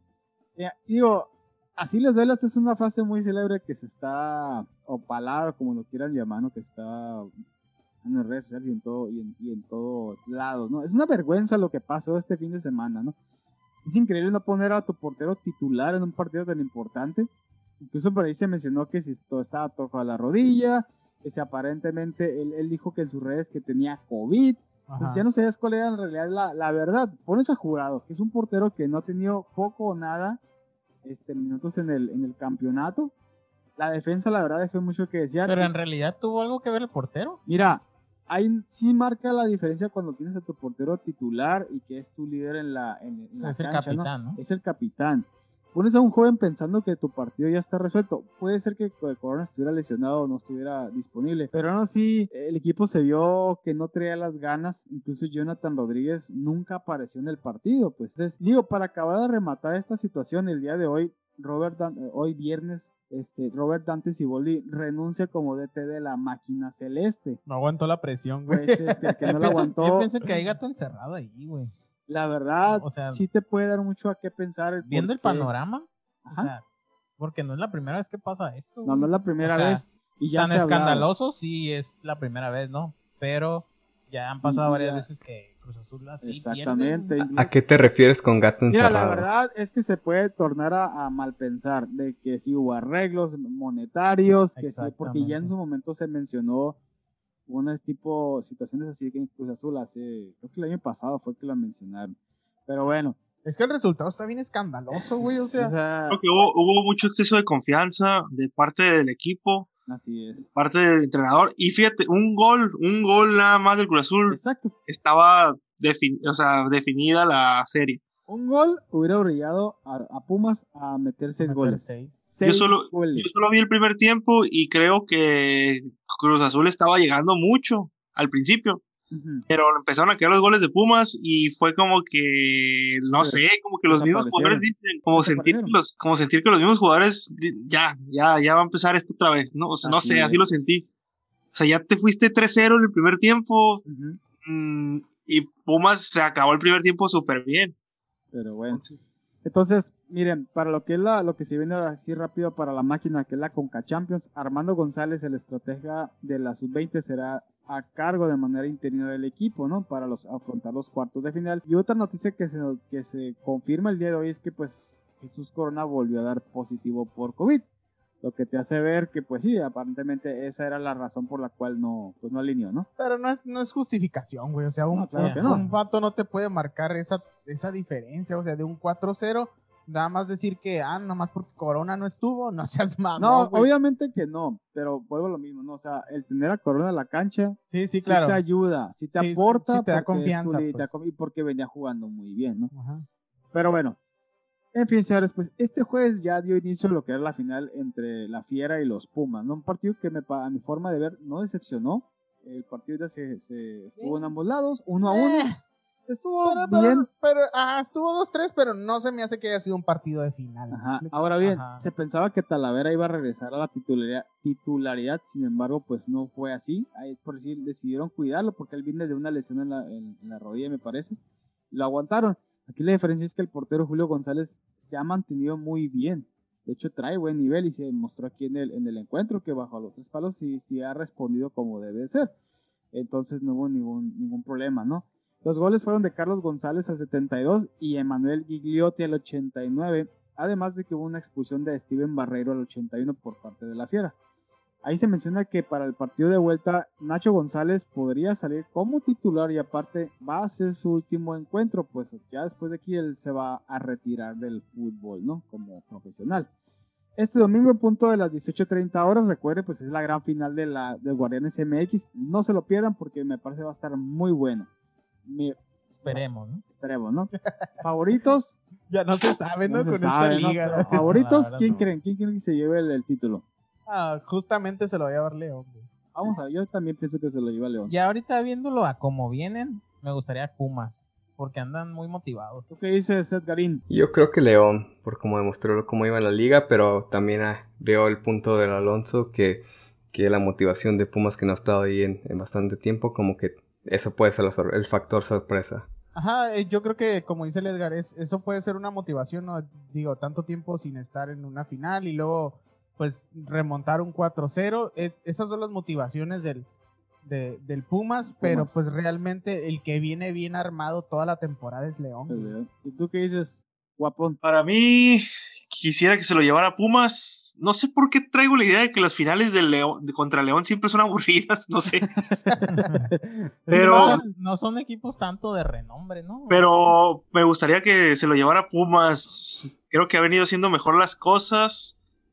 Digo, así les duele, esta es una frase muy célebre que se está, o palabra, como lo quieran llamar, ¿no? Que está en las redes sociales y en todos lados, ¿no? Es una vergüenza lo que pasó este fin de semana, ¿no? Es increíble no poner a tu portero titular en un partido tan importante. Incluso por ahí se mencionó que si esto estaba tocado a la rodilla, que si aparentemente él dijo que en sus redes que tenía COVID. Entonces ya no sabías cuál era en realidad la verdad. Pones a Jurado, que es un portero que no ha tenido poco o nada minutos en el campeonato. La defensa, la verdad, dejó mucho que desear. Pero en realidad tuvo algo que ver el portero. Mira, ahí sí marca la diferencia cuando tienes a tu portero titular y que es tu líder en la Es el cancha, capitán, ¿no? Es el capitán. Pones a un joven pensando que tu partido ya está resuelto. Puede ser que Corona estuviera lesionado o no estuviera disponible, pero aún así el equipo se vio que no traía las ganas. Incluso Jonathan Rodríguez nunca apareció en el partido. Pues entonces, digo, para acabar de rematar esta situación el día de hoy, hoy viernes, Robert Dante Siboldi renuncia como DT de la máquina celeste. No aguantó la presión, güey. Pues que no la aguantó. Yo pienso que hay gato encerrado ahí, güey. La verdad, O sea, sí te puede dar mucho a qué pensar. Viendo el porque- panorama, Ajá. o sea, porque no es la primera vez que pasa esto. No, güey. no es la primera O sea, vez. Y ya tan se ha hablado. escandaloso sí es la primera vez, ¿no? Pero ya han pasado Y varias ya- veces que Cruz Azul así Exactamente. pierde. ¿A qué te refieres con gato Mira, encerrado? la verdad es que se puede tornar a mal pensar de que si hubo arreglos monetarios, que sí, porque ya en su momento se mencionó unas tipo situaciones así que en Cruz Azul creo que el año pasado fue que la mencionaron. Pero bueno, Es que el resultado está bien escandaloso, güey. O sea, Creo que hubo mucho exceso de confianza de parte del equipo, así es. parte del entrenador. Y fíjate, un gol nada más del Cruz Azul Exacto. estaba definida la serie. Un gol hubiera brillado a Pumas a meter 6 goles. Yo 6 solo goles. vi el primer tiempo y creo que Cruz Azul estaba llegando mucho al principio. Ujú. Pero empezaron a caer los goles de Pumas y fue como que, no Sí, sé, como que los mismos jugadores dicen, como sentir que los mismos jugadores ya va a empezar esto otra vez, ¿no? O sea, no sé, así lo sentí. O sea, ya te fuiste 3-0 en el primer tiempo Ujú. y Pumas se acabó el primer tiempo súper bien. Pero bueno. Entonces, miren, para lo que es lo que se viene ahora así rápido para la máquina, que es la Conca Champions, Armando González, el estratega de la Sub-20, será a cargo de manera interina del equipo, ¿no? Para afrontar los cuartos de final. Y otra noticia que se confirma el día de hoy es que, pues, Jesús Corona volvió a dar positivo por COVID. Lo que te hace ver que, pues sí, aparentemente esa era la razón por la cual no alineó, ¿no? pero no es justificación, güey. O sea, No, claro que no. un vato no te puede marcar esa diferencia. O sea, de un 4-0, nada más decir que, nada más porque Corona no estuvo, no seas mamón, No, güey. obviamente que no, pero vuelvo a lo mismo, ¿no? O sea, el tener a Corona en la cancha Sí, claro. te ayuda, sí te Sí, aporta, sí te da porque es tu confianza, líder, pues. y porque venía jugando muy bien, ¿no? Ajá. Pero bueno, en fin, señores, pues este jueves ya dio inicio a lo que era la final entre la Fiera y los Pumas, ¿no? Un partido que a mi forma de ver no decepcionó. El partido ya se estuvo en ambos lados, 1-1. Estuvo bien. Pero, estuvo 2-3, pero no se me hace que haya sido un partido de final. Ajá. Ahora bien, Ajá. se pensaba que Talavera iba a regresar a la titularidad, sin embargo, pues no fue así. Ahí, por decir, decidieron cuidarlo porque él viene de una lesión en la rodilla, me parece. Lo aguantaron. Aquí la diferencia es que el portero Julio González se ha mantenido muy bien. De hecho, trae buen nivel y se mostró aquí en el encuentro que bajo los 3 palos sí ha respondido como debe ser. Entonces no hubo ningún problema, ¿no? Los goles fueron de Carlos González al 72 y Emanuel Gigliotti al 89, además de que hubo una expulsión de Steven Barreiro al 81 por parte de la Fiera. Ahí se menciona que para el partido de vuelta Nacho González podría salir como titular y aparte va a ser su último encuentro, pues ya después de aquí él se va a retirar del fútbol, ¿no? Como profesional. Este domingo en punto de las 18:30 horas, recuerde, pues es la gran final de Guardianes MX. No se lo pierdan porque me parece va a estar muy bueno. Esperemos, ¿no? Esperemos, ¿no? ¿Favoritos? Ya no se sabe, ¿no? No se Con sabe, esta ¿no? liga. Pero ¿favoritos? verdad, ¿Quién no. creen? ¿Quién creen que se lleve el título? Justamente se lo voy a llevar León, güey. Vamos a ver, yo también pienso que se lo lleva León. Y ahorita viéndolo a como vienen, me gustaría Pumas, porque andan muy motivados. ¿Tú qué dices, Edgarín? Yo creo que León, por cómo demostró cómo iba la liga, pero también veo el punto del Alonso, que la motivación de Pumas que no ha estado ahí en bastante tiempo, como que eso puede ser el factor sorpresa. Ajá, yo creo que, como dice el Edgar, eso puede ser una motivación, ¿no? Digo, tanto tiempo sin estar en una final y luego, pues, remontar un 4-0. Esas son las motivaciones del Pumas, pero pues realmente el que viene bien armado toda la temporada es León. ¿Y tú qué dices, guapón? Para mí, quisiera que se lo llevara Pumas. No sé por qué traigo la idea de que las finales contra León siempre son aburridas, no sé. Pero, no son equipos tanto de renombre, ¿no? pero me gustaría que se lo llevara Pumas. Creo que ha venido haciendo mejor las cosas.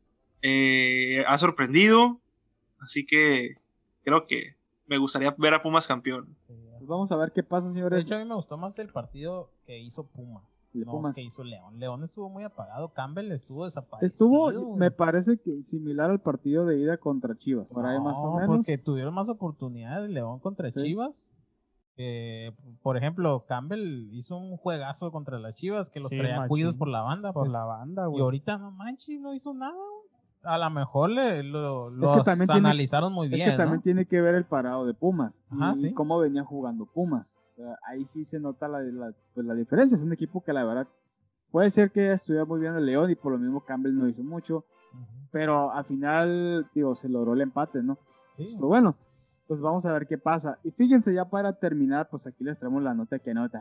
Ha sorprendido. Así que creo que me gustaría ver a Pumas campeón. Pues vamos a ver qué pasa, De señores. hecho, a mí me gustó más el partido que hizo Pumas. De No, Pumas. que hizo León. León estuvo muy apagado. Campbell estuvo desaparecido. Estuvo, me parece que similar al partido de ida contra Chivas. Por ahí más o menos. Porque tuvieron más oportunidades León contra Sí. Chivas. Por ejemplo, Campbell hizo un juegazo contra las Chivas que los Sí, traía machín. cuidos por la banda. Por pues. la banda, Y güey. ahorita no manches, no hizo nada. Güey. A lo mejor los que también tiene- analizaron muy Es bien. que también ¿no? tiene que ver el parado de Pumas Ajá, y sí. cómo venía jugando Pumas. O sea, ahí sí se nota pues la diferencia. Es un equipo que la verdad puede ser que estuviera muy bien el León y por lo mismo Campbell no hizo mucho. Ujú. Pero al final, digo, se logró el empate, ¿no? Sí. Esto, bueno, pues vamos a ver qué pasa. Y fíjense, ya para terminar, pues aquí les traemos la nota que anota.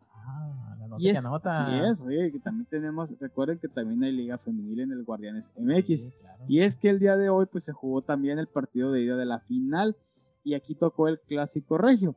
La nota Y que es, anota. así es, oye, que también tenemos, recuerden que también hay liga femenil en el Guardianes MX. Sí, claro. Y es que el día de hoy pues se jugó también el partido de ida de la final y aquí tocó el clásico regio.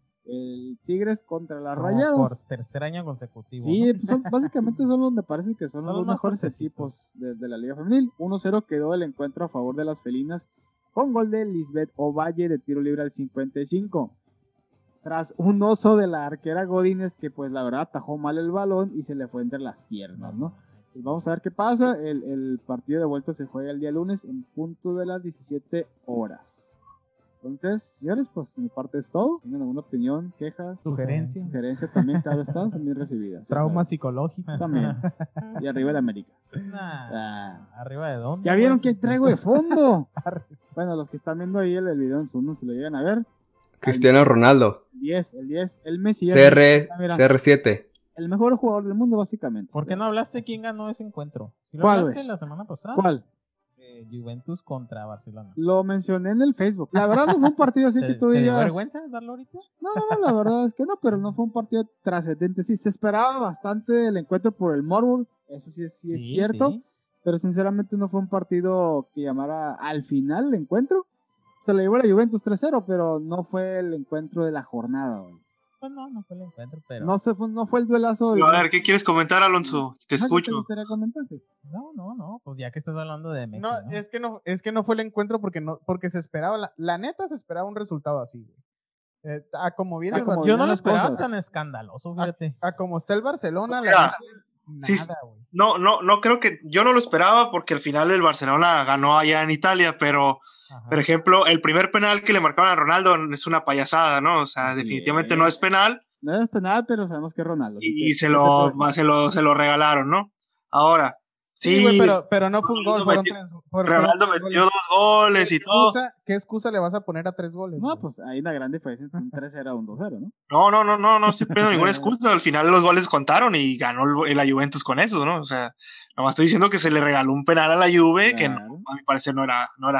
El Tigres contra las Como Rayadas. por tercer año consecutivo. Sí, ¿no? pues básicamente me parece que son los más mejores fuertecitos. equipos de la liga femenil. 1-0 quedó el encuentro a favor de las felinas con gol de Lisbeth Ovalle de tiro libre al 55. Tras un oso de la arquera Godínez que pues la verdad atajó mal el balón y se le fue entre las piernas, ¿no? Pues vamos a ver qué pasa. El partido de vuelta se juega el día lunes en punto de las 17 horas. Entonces, señores, pues mi parte es todo. ¿Tienen alguna opinión, queja, Sugerencia. sugerencia también? Claro está, son bien recibidas. ya Trauma saben. psicológico. También. Y arriba el América. Nah, ¿arriba de dónde? ¿Ya vieron güey? qué traigo de fondo? Bueno, los que están viendo ahí el video en Zoom, no se lo llegan a ver. Cristiano Ronaldo, El 10, el Messi. Mira, CR7. el mejor jugador del mundo, básicamente. ¿Por qué no hablaste quién ganó ese encuentro? ¿Sí lo ¿Cuál, hablaste güey? la semana pasada? ¿Cuál? Juventus contra Barcelona. Lo mencioné en el Facebook. La verdad no fue un partido así que tú ¿Te dio digas... vergüenza darlo ahorita? No, la verdad es que no, pero no fue un partido trascendente. Sí, se esperaba bastante el encuentro por el morbo, eso sí es cierto, sí. pero sinceramente no fue un partido que llamara al final el encuentro. Se le llevó la Juventus 3-0, pero no fue el encuentro de la jornada, güey. Pues no fue el encuentro, pero... No fue el duelazo. A ver, ¿qué quieres comentar, Alonso? Te Ajá, ¿qué escucho. te gustaría comentar? No, pues ya que estás hablando de Messi, No, ¿no? es que no fue el encuentro porque se esperaba, la neta se esperaba un resultado así, güey. A como viene, A como Yo no vienen lo las esperaba cosas. tan escandaloso, fíjate. a como está el Barcelona, la Mira, neta, sí, nada, güey. No creo que... Yo no lo esperaba porque al final el Barcelona ganó allá en Italia, pero... Ajá. Por ejemplo, el primer penal que le marcaron a Ronaldo es una payasada, ¿no? O sea, Así definitivamente es. no es penal No es penal, pero sabemos que es Ronaldo. así y que- se lo regalaron, ¿no? Ahora, Sí, sí, güey, pero no fue un gol, Ronaldo Ronaldo metió 2 goles y todo. ¿Qué excusa le vas a poner a 3 goles? No, güey? pues hay una gran diferencia entre un 3-0 a un 2-0, ¿no? No estoy poniendo ninguna excusa. Al final los goles contaron y ganó la Juventus con eso, ¿no? O sea, nomás estoy diciendo que se le regaló un penal a la Juve que Claro. a mi parecer no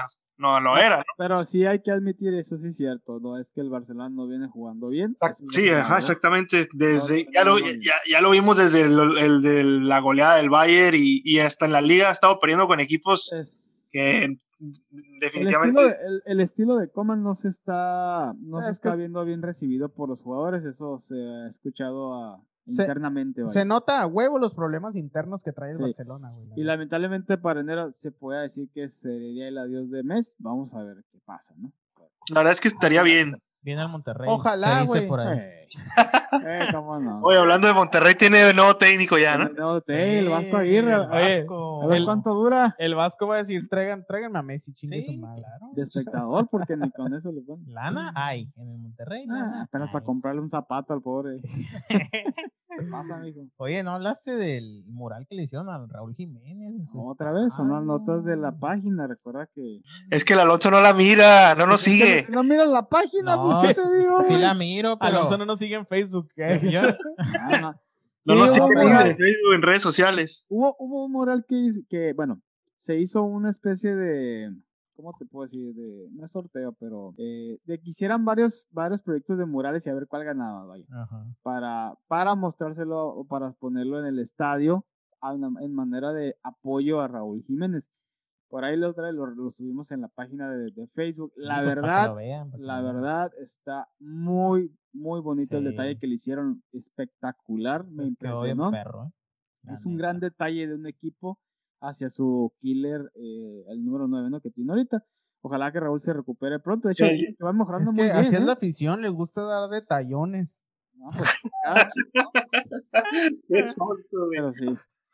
lo era, ¿no? Pero sí hay que admitir, eso sí es cierto, no es que el Barcelona no viene jugando bien. eso ya Sí, se sabe. ajá, exactamente. Desde, No, ya lo vimos desde el de la goleada del Bayern y hasta en la liga ha estado perdiendo con equipos Es- que definitivamente. El estilo de Coman no se está que viendo bien recibido por los jugadores, eso se ha escuchado Se- internamente. Vaya. Se nota a huevo los problemas internos que trae el Sí. Barcelona, güey. Y lamentablemente para enero se puede decir que sería el adiós de Messi. Vamos a ver qué pasa, ¿no? La verdad es que estaría Así las bien. cosas. Viene al Monterrey. Ojalá, se dice güey. por ahí. ¿Cómo no? Oye, hablando de Monterrey, tiene nuevo técnico ya, ¿no? El Vasco Aguirre. el Oye, Vasco. a ver cuánto dura El Vasco va a decir, tráiganme a Messi, chingue Sí, su madre. claro. de espectador, porque ni con eso le ponen. Lana hay. En el Monterrey, lana Apenas para hay. comprarle un zapato al pobre. ¿Qué pasa, amigo? Oye, ¿no hablaste del mural que le hicieron al Raúl Jiménez? en su Otra vez, son las estadio? notas de la página. Recuerda que. Es que el Alonso no la mira, no nos Es que sigue. si no miras la página, No, pues, ¿qué te digo? sí la miro, pero... Alonso no nos sigue en Facebook. yo- Ah, no. No Sí, nos hubo sigue un mural. en Facebook, en redes sociales. Hubo un mural bueno, se hizo una especie de, ¿cómo te puedo decir? No es sorteo, pero de que hicieran varios proyectos de murales y a ver cuál ganaba, vaya. Ajá. Para mostrárselo o para ponerlo en el estadio en manera de apoyo a Raúl Jiménez. Por ahí lo subimos en la página de Facebook. Sí, La pues, para que verdad, lo vean, para que la lo vean. verdad está muy, muy bonito el Sí. detalle que le hicieron. Espectacular, me Pues quedó bien impresionó. perro, ¿eh? La Es un neta. gran detalle de un equipo hacia su killer, el número 9, ¿no? Que tiene ahorita. Ojalá que Raúl se recupere pronto. De hecho, Sí. dicen que va mejorando Es muy que bien. así es ¿eh? la afición, le gusta dar detallones. No, pues, cada quien, Qué tonto, güey. pero sí.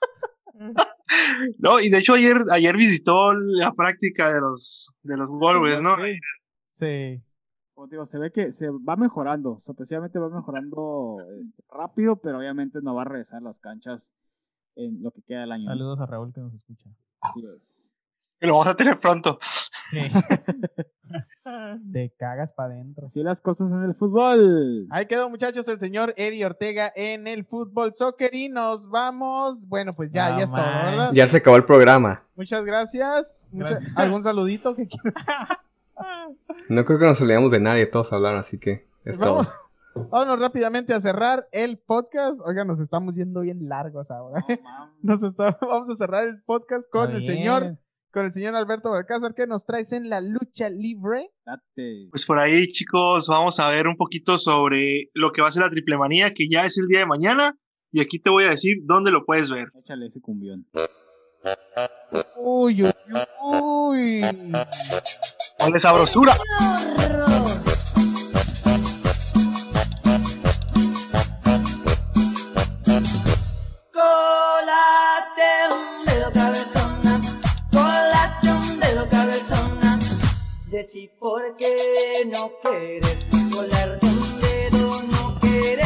No, y de hecho ayer visitó la práctica de los Wolves, ¿no? Sí. Sí. Como te digo, se ve que se va mejorando. Sorpresivamente va mejorando rápido, pero obviamente no va a regresar a las canchas en lo que queda del año. ¿no? Saludos a Raúl que nos escucha. Así es. Que lo vamos a tener pronto. Sí. Te cagas para adentro. Así las cosas en el fútbol. Ahí quedó, muchachos, el señor Eddie Ortega en el fútbol soccer y nos vamos. Bueno, pues ya, No ya es todo, manches. ¿verdad? Ya se acabó el programa. Muchas gracias. ¿Algún saludito que quieras? No creo que nos olvidemos de nadie, todos hablaron, así que es todo. Vámonos rápidamente a cerrar el podcast. Oigan, nos estamos yendo bien largos ahora. Vamos a cerrar el podcast con Está el bien. señor Alberto Balcázar, que nos traes en la lucha libre. Date. Pues por ahí, chicos, vamos a ver un poquito sobre lo que va a ser la Triple Manía, que ya es el día de mañana. Y aquí te voy a decir dónde lo puedes ver. Échale ese cumbión. Uy, uy, uy. ¡Ponle sabrosura! Colate un dedo cabezona, colate un dedo cabezona. Decí por qué no quieres, colarte un dedo no quieres.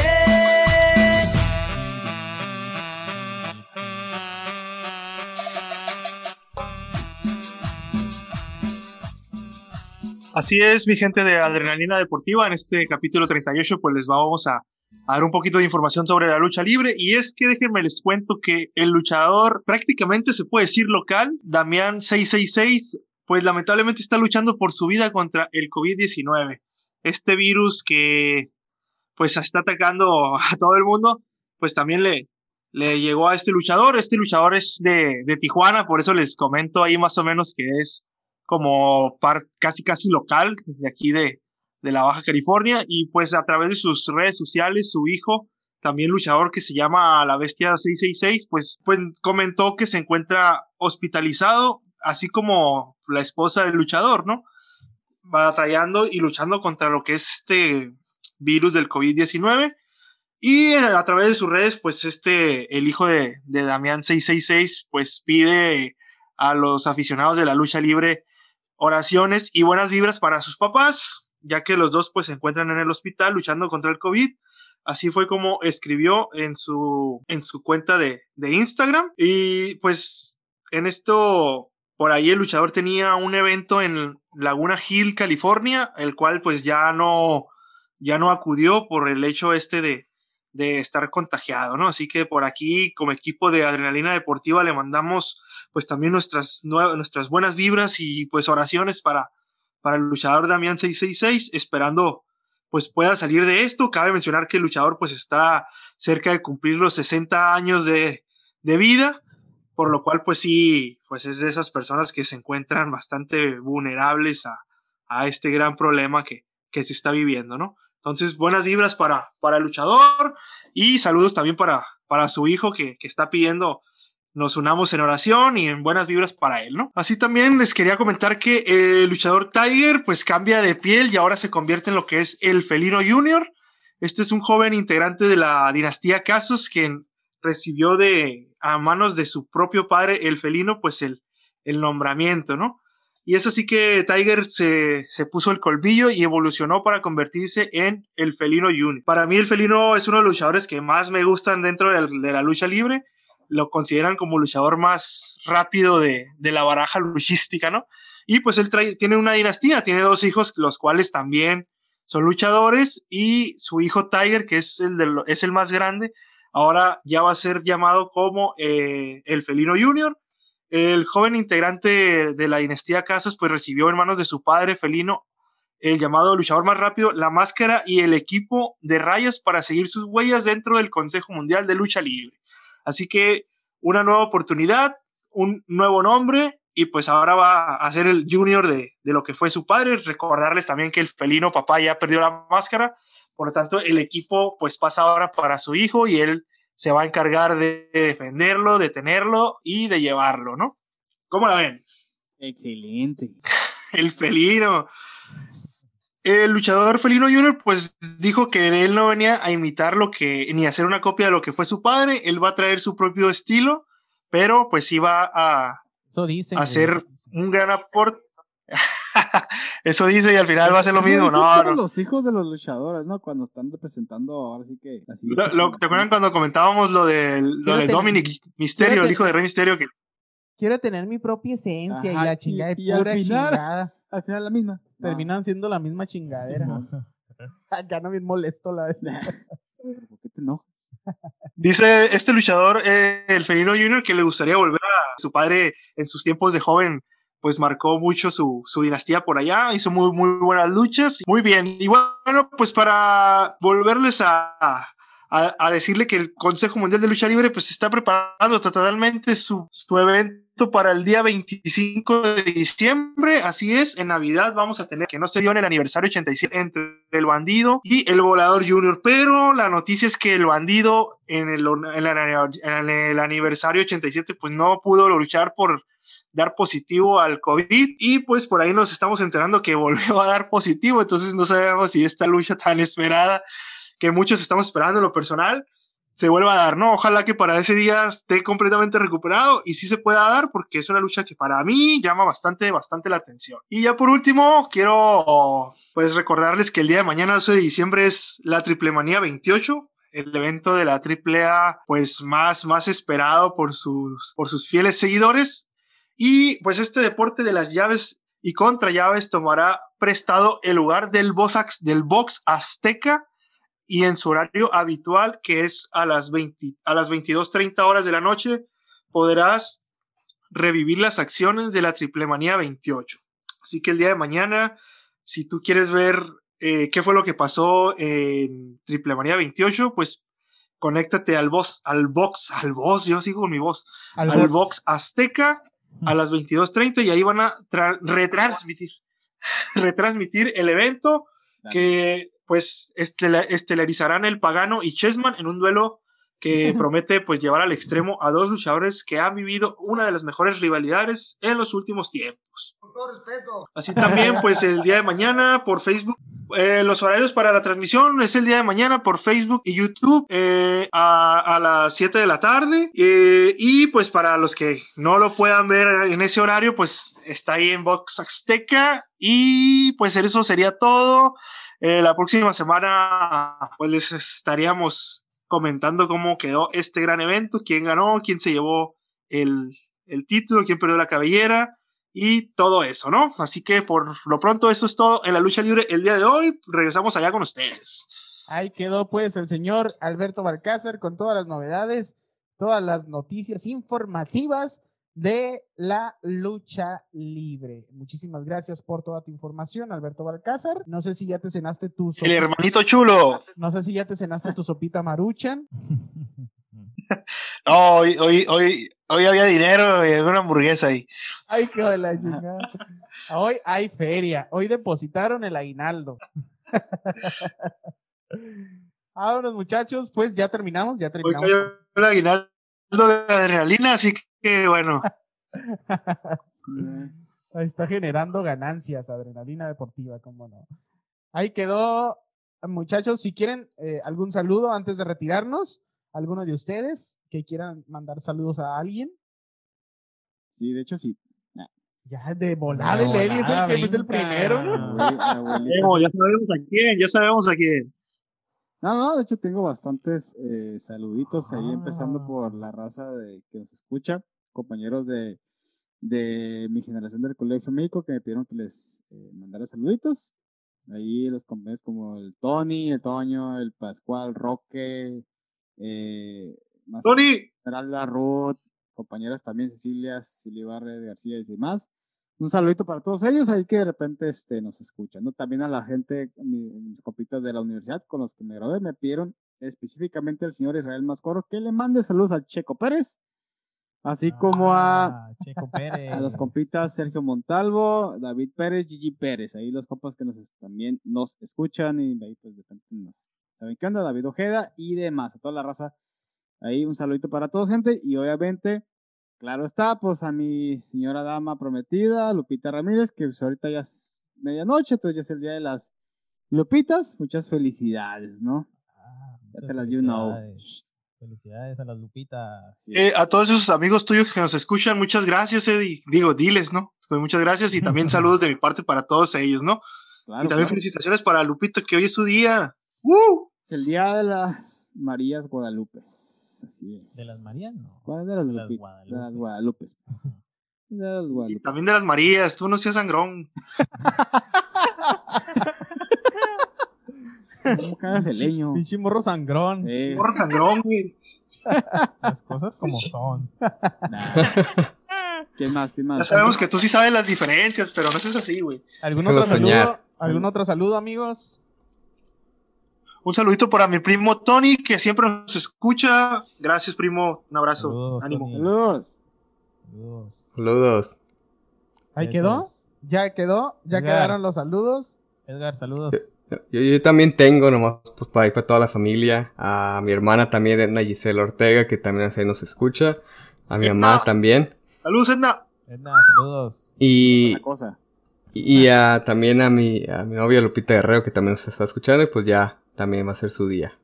Así es, mi gente de Adrenalina Deportiva. En este capítulo 38, pues les vamos a dar un poquito de información sobre la lucha libre. Y es que déjenme les cuento que el luchador, prácticamente se puede decir local, Damián 666, pues lamentablemente está luchando por su vida contra el COVID-19. Este virus que pues está atacando a todo el mundo, pues también le llegó a este luchador. Este luchador es de Tijuana, por eso les comento ahí más o menos que es como casi local de aquí de la Baja California. Y pues a través de sus redes sociales, su hijo, también luchador, que se llama La Bestia 666, pues comentó que se encuentra hospitalizado, así como la esposa del luchador, ¿no? Batallando y luchando contra lo que es este virus del COVID-19. Y a través de sus redes, pues el hijo de Damián 666, pues pide a los aficionados de la lucha libre oraciones y buenas vibras para sus papás, ya que los dos pues se encuentran en el hospital luchando contra el COVID. Así fue como escribió en su cuenta de Instagram. Y pues en esto, por ahí el luchador tenía un evento en Laguna Hill, California, el cual pues ya no acudió por el hecho de estar contagiado, ¿no? Así que por aquí, como equipo de Adrenalina Deportiva, le mandamos pues también nuestras buenas vibras y pues oraciones para el luchador Damián 666, esperando pues pueda salir de esto. Cabe mencionar que el luchador pues está cerca de cumplir los 60 años de vida, por lo cual pues sí, pues es de esas personas que se encuentran bastante vulnerables a este gran problema que se está viviendo, ¿no? Entonces, buenas vibras para el luchador y saludos también para su hijo que está pidiendo nos unamos en oración y en buenas vibras para él, ¿no? Así también les quería comentar que el luchador Tiger pues cambia de piel y ahora se convierte en lo que es el Felino Junior. Este es un joven integrante de la dinastía Casos que recibió a manos de su propio padre, el Felino, pues el nombramiento, ¿no? Y es así que Tiger se puso el colmillo y evolucionó para convertirse en el Felino Junior. Para mí el Felino es uno de los luchadores que más me gustan dentro de la lucha libre. Lo consideran como luchador más rápido de la baraja luchística, ¿no? Y pues él tiene una dinastía, tiene 2 hijos, los cuales también son luchadores, y su hijo Tiger, que es el más grande, ahora ya va a ser llamado como el Felino Junior. El joven integrante de la dinastía Casas pues recibió en manos de su padre Felino el llamado luchador más rápido, la máscara y el equipo de rayas para seguir sus huellas dentro del Consejo Mundial de Lucha Libre. Así que una nueva oportunidad, un nuevo nombre, y pues ahora va a ser el junior de lo que fue su padre. Recordarles también que el felino papá ya perdió la máscara, por lo tanto el equipo pues pasa ahora para su hijo y él se va a encargar de defenderlo, de tenerlo y de llevarlo, ¿no? ¿Cómo la ven? Excelente. El felino. El luchador Felino Junior pues dijo que él no venía a imitar ni a hacer una copia de lo que fue su padre, él va a traer su propio estilo, pero pues sí va a hacer un gran aporte. Eso dice y al final va a ser lo mismo. No. Los hijos de los luchadores, ¿no? Cuando están representando, ahora sí que... ¿Te acuerdan cuando comentábamos lo de Dominic Mysterio, el hijo de Rey Mysterio? Quiero tener mi propia esencia. Ajá, y la chingada y pura al final, chingada. Al final la misma. Terminan siendo la misma chingadera. Sí, acá no bien molesto la verdad. ¿Por qué te enojas? Dice este luchador, el Felino Junior, que le gustaría volver a su padre en sus tiempos de joven, pues marcó mucho su dinastía por allá, hizo muy, muy buenas luchas. Muy bien, y bueno, pues para volverles a decirle que el Consejo Mundial de Lucha Libre pues está preparando totalmente su evento para el día 25 de diciembre, así es, en Navidad vamos a tener, que no se dio en el aniversario 87, entre el Bandido y el Volador Junior, pero la noticia es que el Bandido en el aniversario 87 pues no pudo luchar por dar positivo al COVID, y pues por ahí nos estamos enterando que volvió a dar positivo, entonces no sabemos si esta lucha tan esperada que muchos estamos esperando en lo personal se vuelva a dar, ¿no? Ojalá que para ese día esté completamente recuperado y sí se pueda dar, porque es una lucha que para mí llama bastante la atención. Y ya por último, quiero pues recordarles que el día de mañana, 12 de diciembre, es la Triplemanía 28, el evento de la AAA pues más esperado por sus fieles seguidores. Y pues este deporte de las llaves y contra llaves tomará prestado el lugar del box Azteca, y en su horario habitual, que es a las 22:30 horas de la noche, podrás revivir las acciones de la Triplemanía 28. Así que el día de mañana, si tú quieres ver qué fue lo que pasó en Triplemanía 28, pues conéctate al box, yo sigo con mi voz, al box Azteca a las 22:30 y ahí van a retransmitir el evento. Dale. Que pues estelarizarán el Pagano y Chessman en un duelo que promete pues llevar al extremo a 2 luchadores que han vivido una de las mejores rivalidades en los últimos tiempos. Con todo respeto. Así también pues el día de mañana por Facebook, los horarios para la transmisión es el día de mañana por Facebook y YouTube a las 7 de la tarde, y pues para los que no lo puedan ver en ese horario pues está ahí en Box Azteca, y pues eso sería todo. La próxima semana pues les estaríamos comentando cómo quedó este gran evento, quién ganó, quién se llevó el título, quién perdió la cabellera y todo eso, ¿no? Así que por lo pronto eso es todo en la lucha libre el día de hoy. Regresamos allá con ustedes. Ahí quedó pues el señor Alberto Balcázar con todas las novedades, todas las noticias informativas de la lucha libre. Muchísimas gracias por toda tu información, Alberto Balcázar. No sé si ya te cenaste tu sopita. El hermanito chulo. No sé si ya te cenaste tu sopita Maruchan. No, hoy había dinero y alguna hamburguesa ahí. Ay, qué de la chingada. Hoy hay feria. Hoy depositaron el aguinaldo. Vámonos, muchachos. Pues ya terminamos. Hoy cayó el aguinaldo de adrenalina, así que bueno. Está generando ganancias, adrenalina deportiva, cómo no. Ahí quedó, muchachos. Si quieren algún saludo antes de retirarnos, alguno de ustedes que quieran mandar saludos a alguien. Sí, de hecho sí. Ya de volada, el Eddie es el que es el primero, ¿no? Ya sabemos a quién. No, de hecho tengo bastantes saluditos ahí, empezando por la raza que nos escucha, compañeros de mi generación del Colegio México que me pidieron que les mandara saluditos. Ahí los compañeros como el Tony, el Toño, el Pascual, Roque, Tony, Esmeralda, Ruth, compañeras también Cecilia Ibarre, García y demás. Un saludito para todos ellos ahí que de repente nos escuchan, ¿no? También a la gente, mis compitas de la universidad con los que me gradué, me pidieron específicamente al señor Israel Mascoro que le mande saludos al Checo Pérez, así como a Checo Pérez, a los compitas Sergio Montalvo, David Pérez, Gigi Pérez, ahí los compas que también nos escuchan y ahí pues de repente nos saben qué onda, David Ojeda y demás, a toda la raza. Ahí un saludito para todos, gente, y obviamente, claro está, pues a mi señora dama prometida, Lupita Ramírez, que pues ahorita ya es medianoche, entonces ya es el día de las Lupitas, muchas felicidades, ¿no? Ya te las you know. Felicidades a las Lupitas. A todos esos amigos tuyos que nos escuchan, muchas gracias, Eddie. Digo, diles, ¿no? Pues muchas gracias y también saludos de mi parte para todos ellos, ¿no? Claro, y también felicitaciones para Lupita, que hoy es su día. Es el día de las Marías Guadalupes. Así es. ¿De las Marías? No. ¿Cuál es de las Lupitas? De las Guadalupes. De las Guadalupes. Y también de las Marías, tú no seas sangrón. ¿Cómo cagas el leño? Pinche morro sangrón. Morro sangrón, güey. Las cosas como son. ¿Quién más? Ya sabemos que tú sí sabes las diferencias, pero no es así, güey. ¿Algún otro saludo? ¿Algún otro saludo, amigos? Un saludito para mi primo Tony, que siempre nos escucha. Gracias, primo. Un abrazo. Saludos, ánimo. Saludos. ¿Ahí quedó? ¿Ya quedó? ¿Ya Edgar. quedaron los saludos? Edgar, saludos. Yo también tengo, nomás pues, para ir para toda la familia. A mi hermana también, Edna Gisela Ortega, que también así nos escucha. A mi mamá también. Saludos, Edna. Edna, saludos. Y también a mi novia Lupita Guerrero, que también nos está escuchando. Y pues ya también va a ser su día.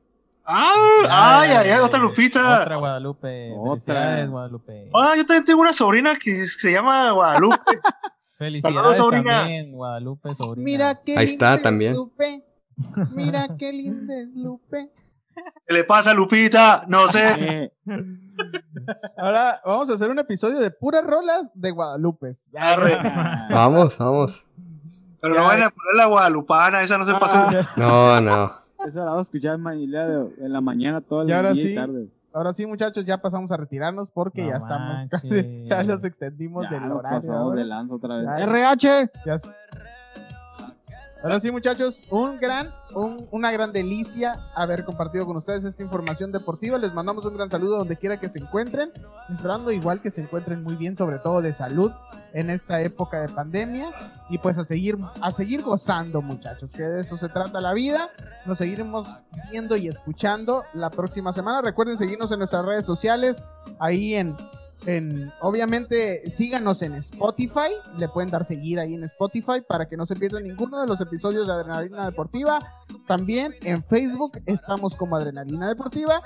Otra Lupita. Otra Guadalupe. Otra. Felicidades, Guadalupe. Yo también tengo una sobrina que se llama Guadalupe. Felicidades sobrina. también, Guadalupe, sobrina. Mira qué Ahí linda está también. es Lupe. Mira qué linda es Lupe. ¿Qué le pasa, Lupita? No sé. Ahora vamos a hacer un episodio de puras rolas de Guadalupe. Vamos. Pero no van a poner la guadalupana, esa no se pasa. No. Esa la vamos a escuchar en la mañana, todo el Y ahora día sí, y tarde. Ahora sí, muchachos, ya pasamos a retirarnos porque ya estamos casi, ya los extendimos Ya del nos horario. pasamos ahora. de lanza otra vez. Ya. RH. Ahora sí, muchachos, una gran delicia haber compartido con ustedes esta información deportiva. Les mandamos un gran saludo donde quiera que se encuentren, esperando igual que se encuentren muy bien, sobre todo de salud en esta época de pandemia, y pues a seguir gozando, muchachos, que de eso se trata la vida. Nos seguiremos viendo y escuchando la próxima semana. Recuerden seguirnos en nuestras redes sociales, ahí obviamente síganos en Spotify, le pueden dar seguir ahí en Spotify para que no se pierdan ninguno de los episodios de Adrenalina Deportiva. También en Facebook estamos como Adrenalina Deportiva.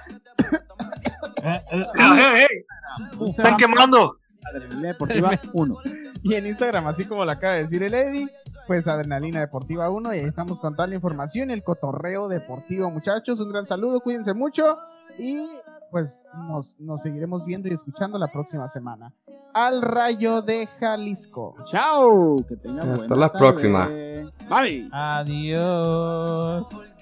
Están quemando. Adrenalina Deportiva 1. Y en Instagram, así como lo acaba de decir el Eddie, pues Adrenalina Deportiva 1, y ahí estamos con toda la información y el cotorreo deportivo, muchachos. Un gran saludo, cuídense mucho y pues nos seguiremos viendo y escuchando la próxima semana. Al Rayo de Jalisco. Chao. Que tengan Hasta la próxima. Bye. Adiós.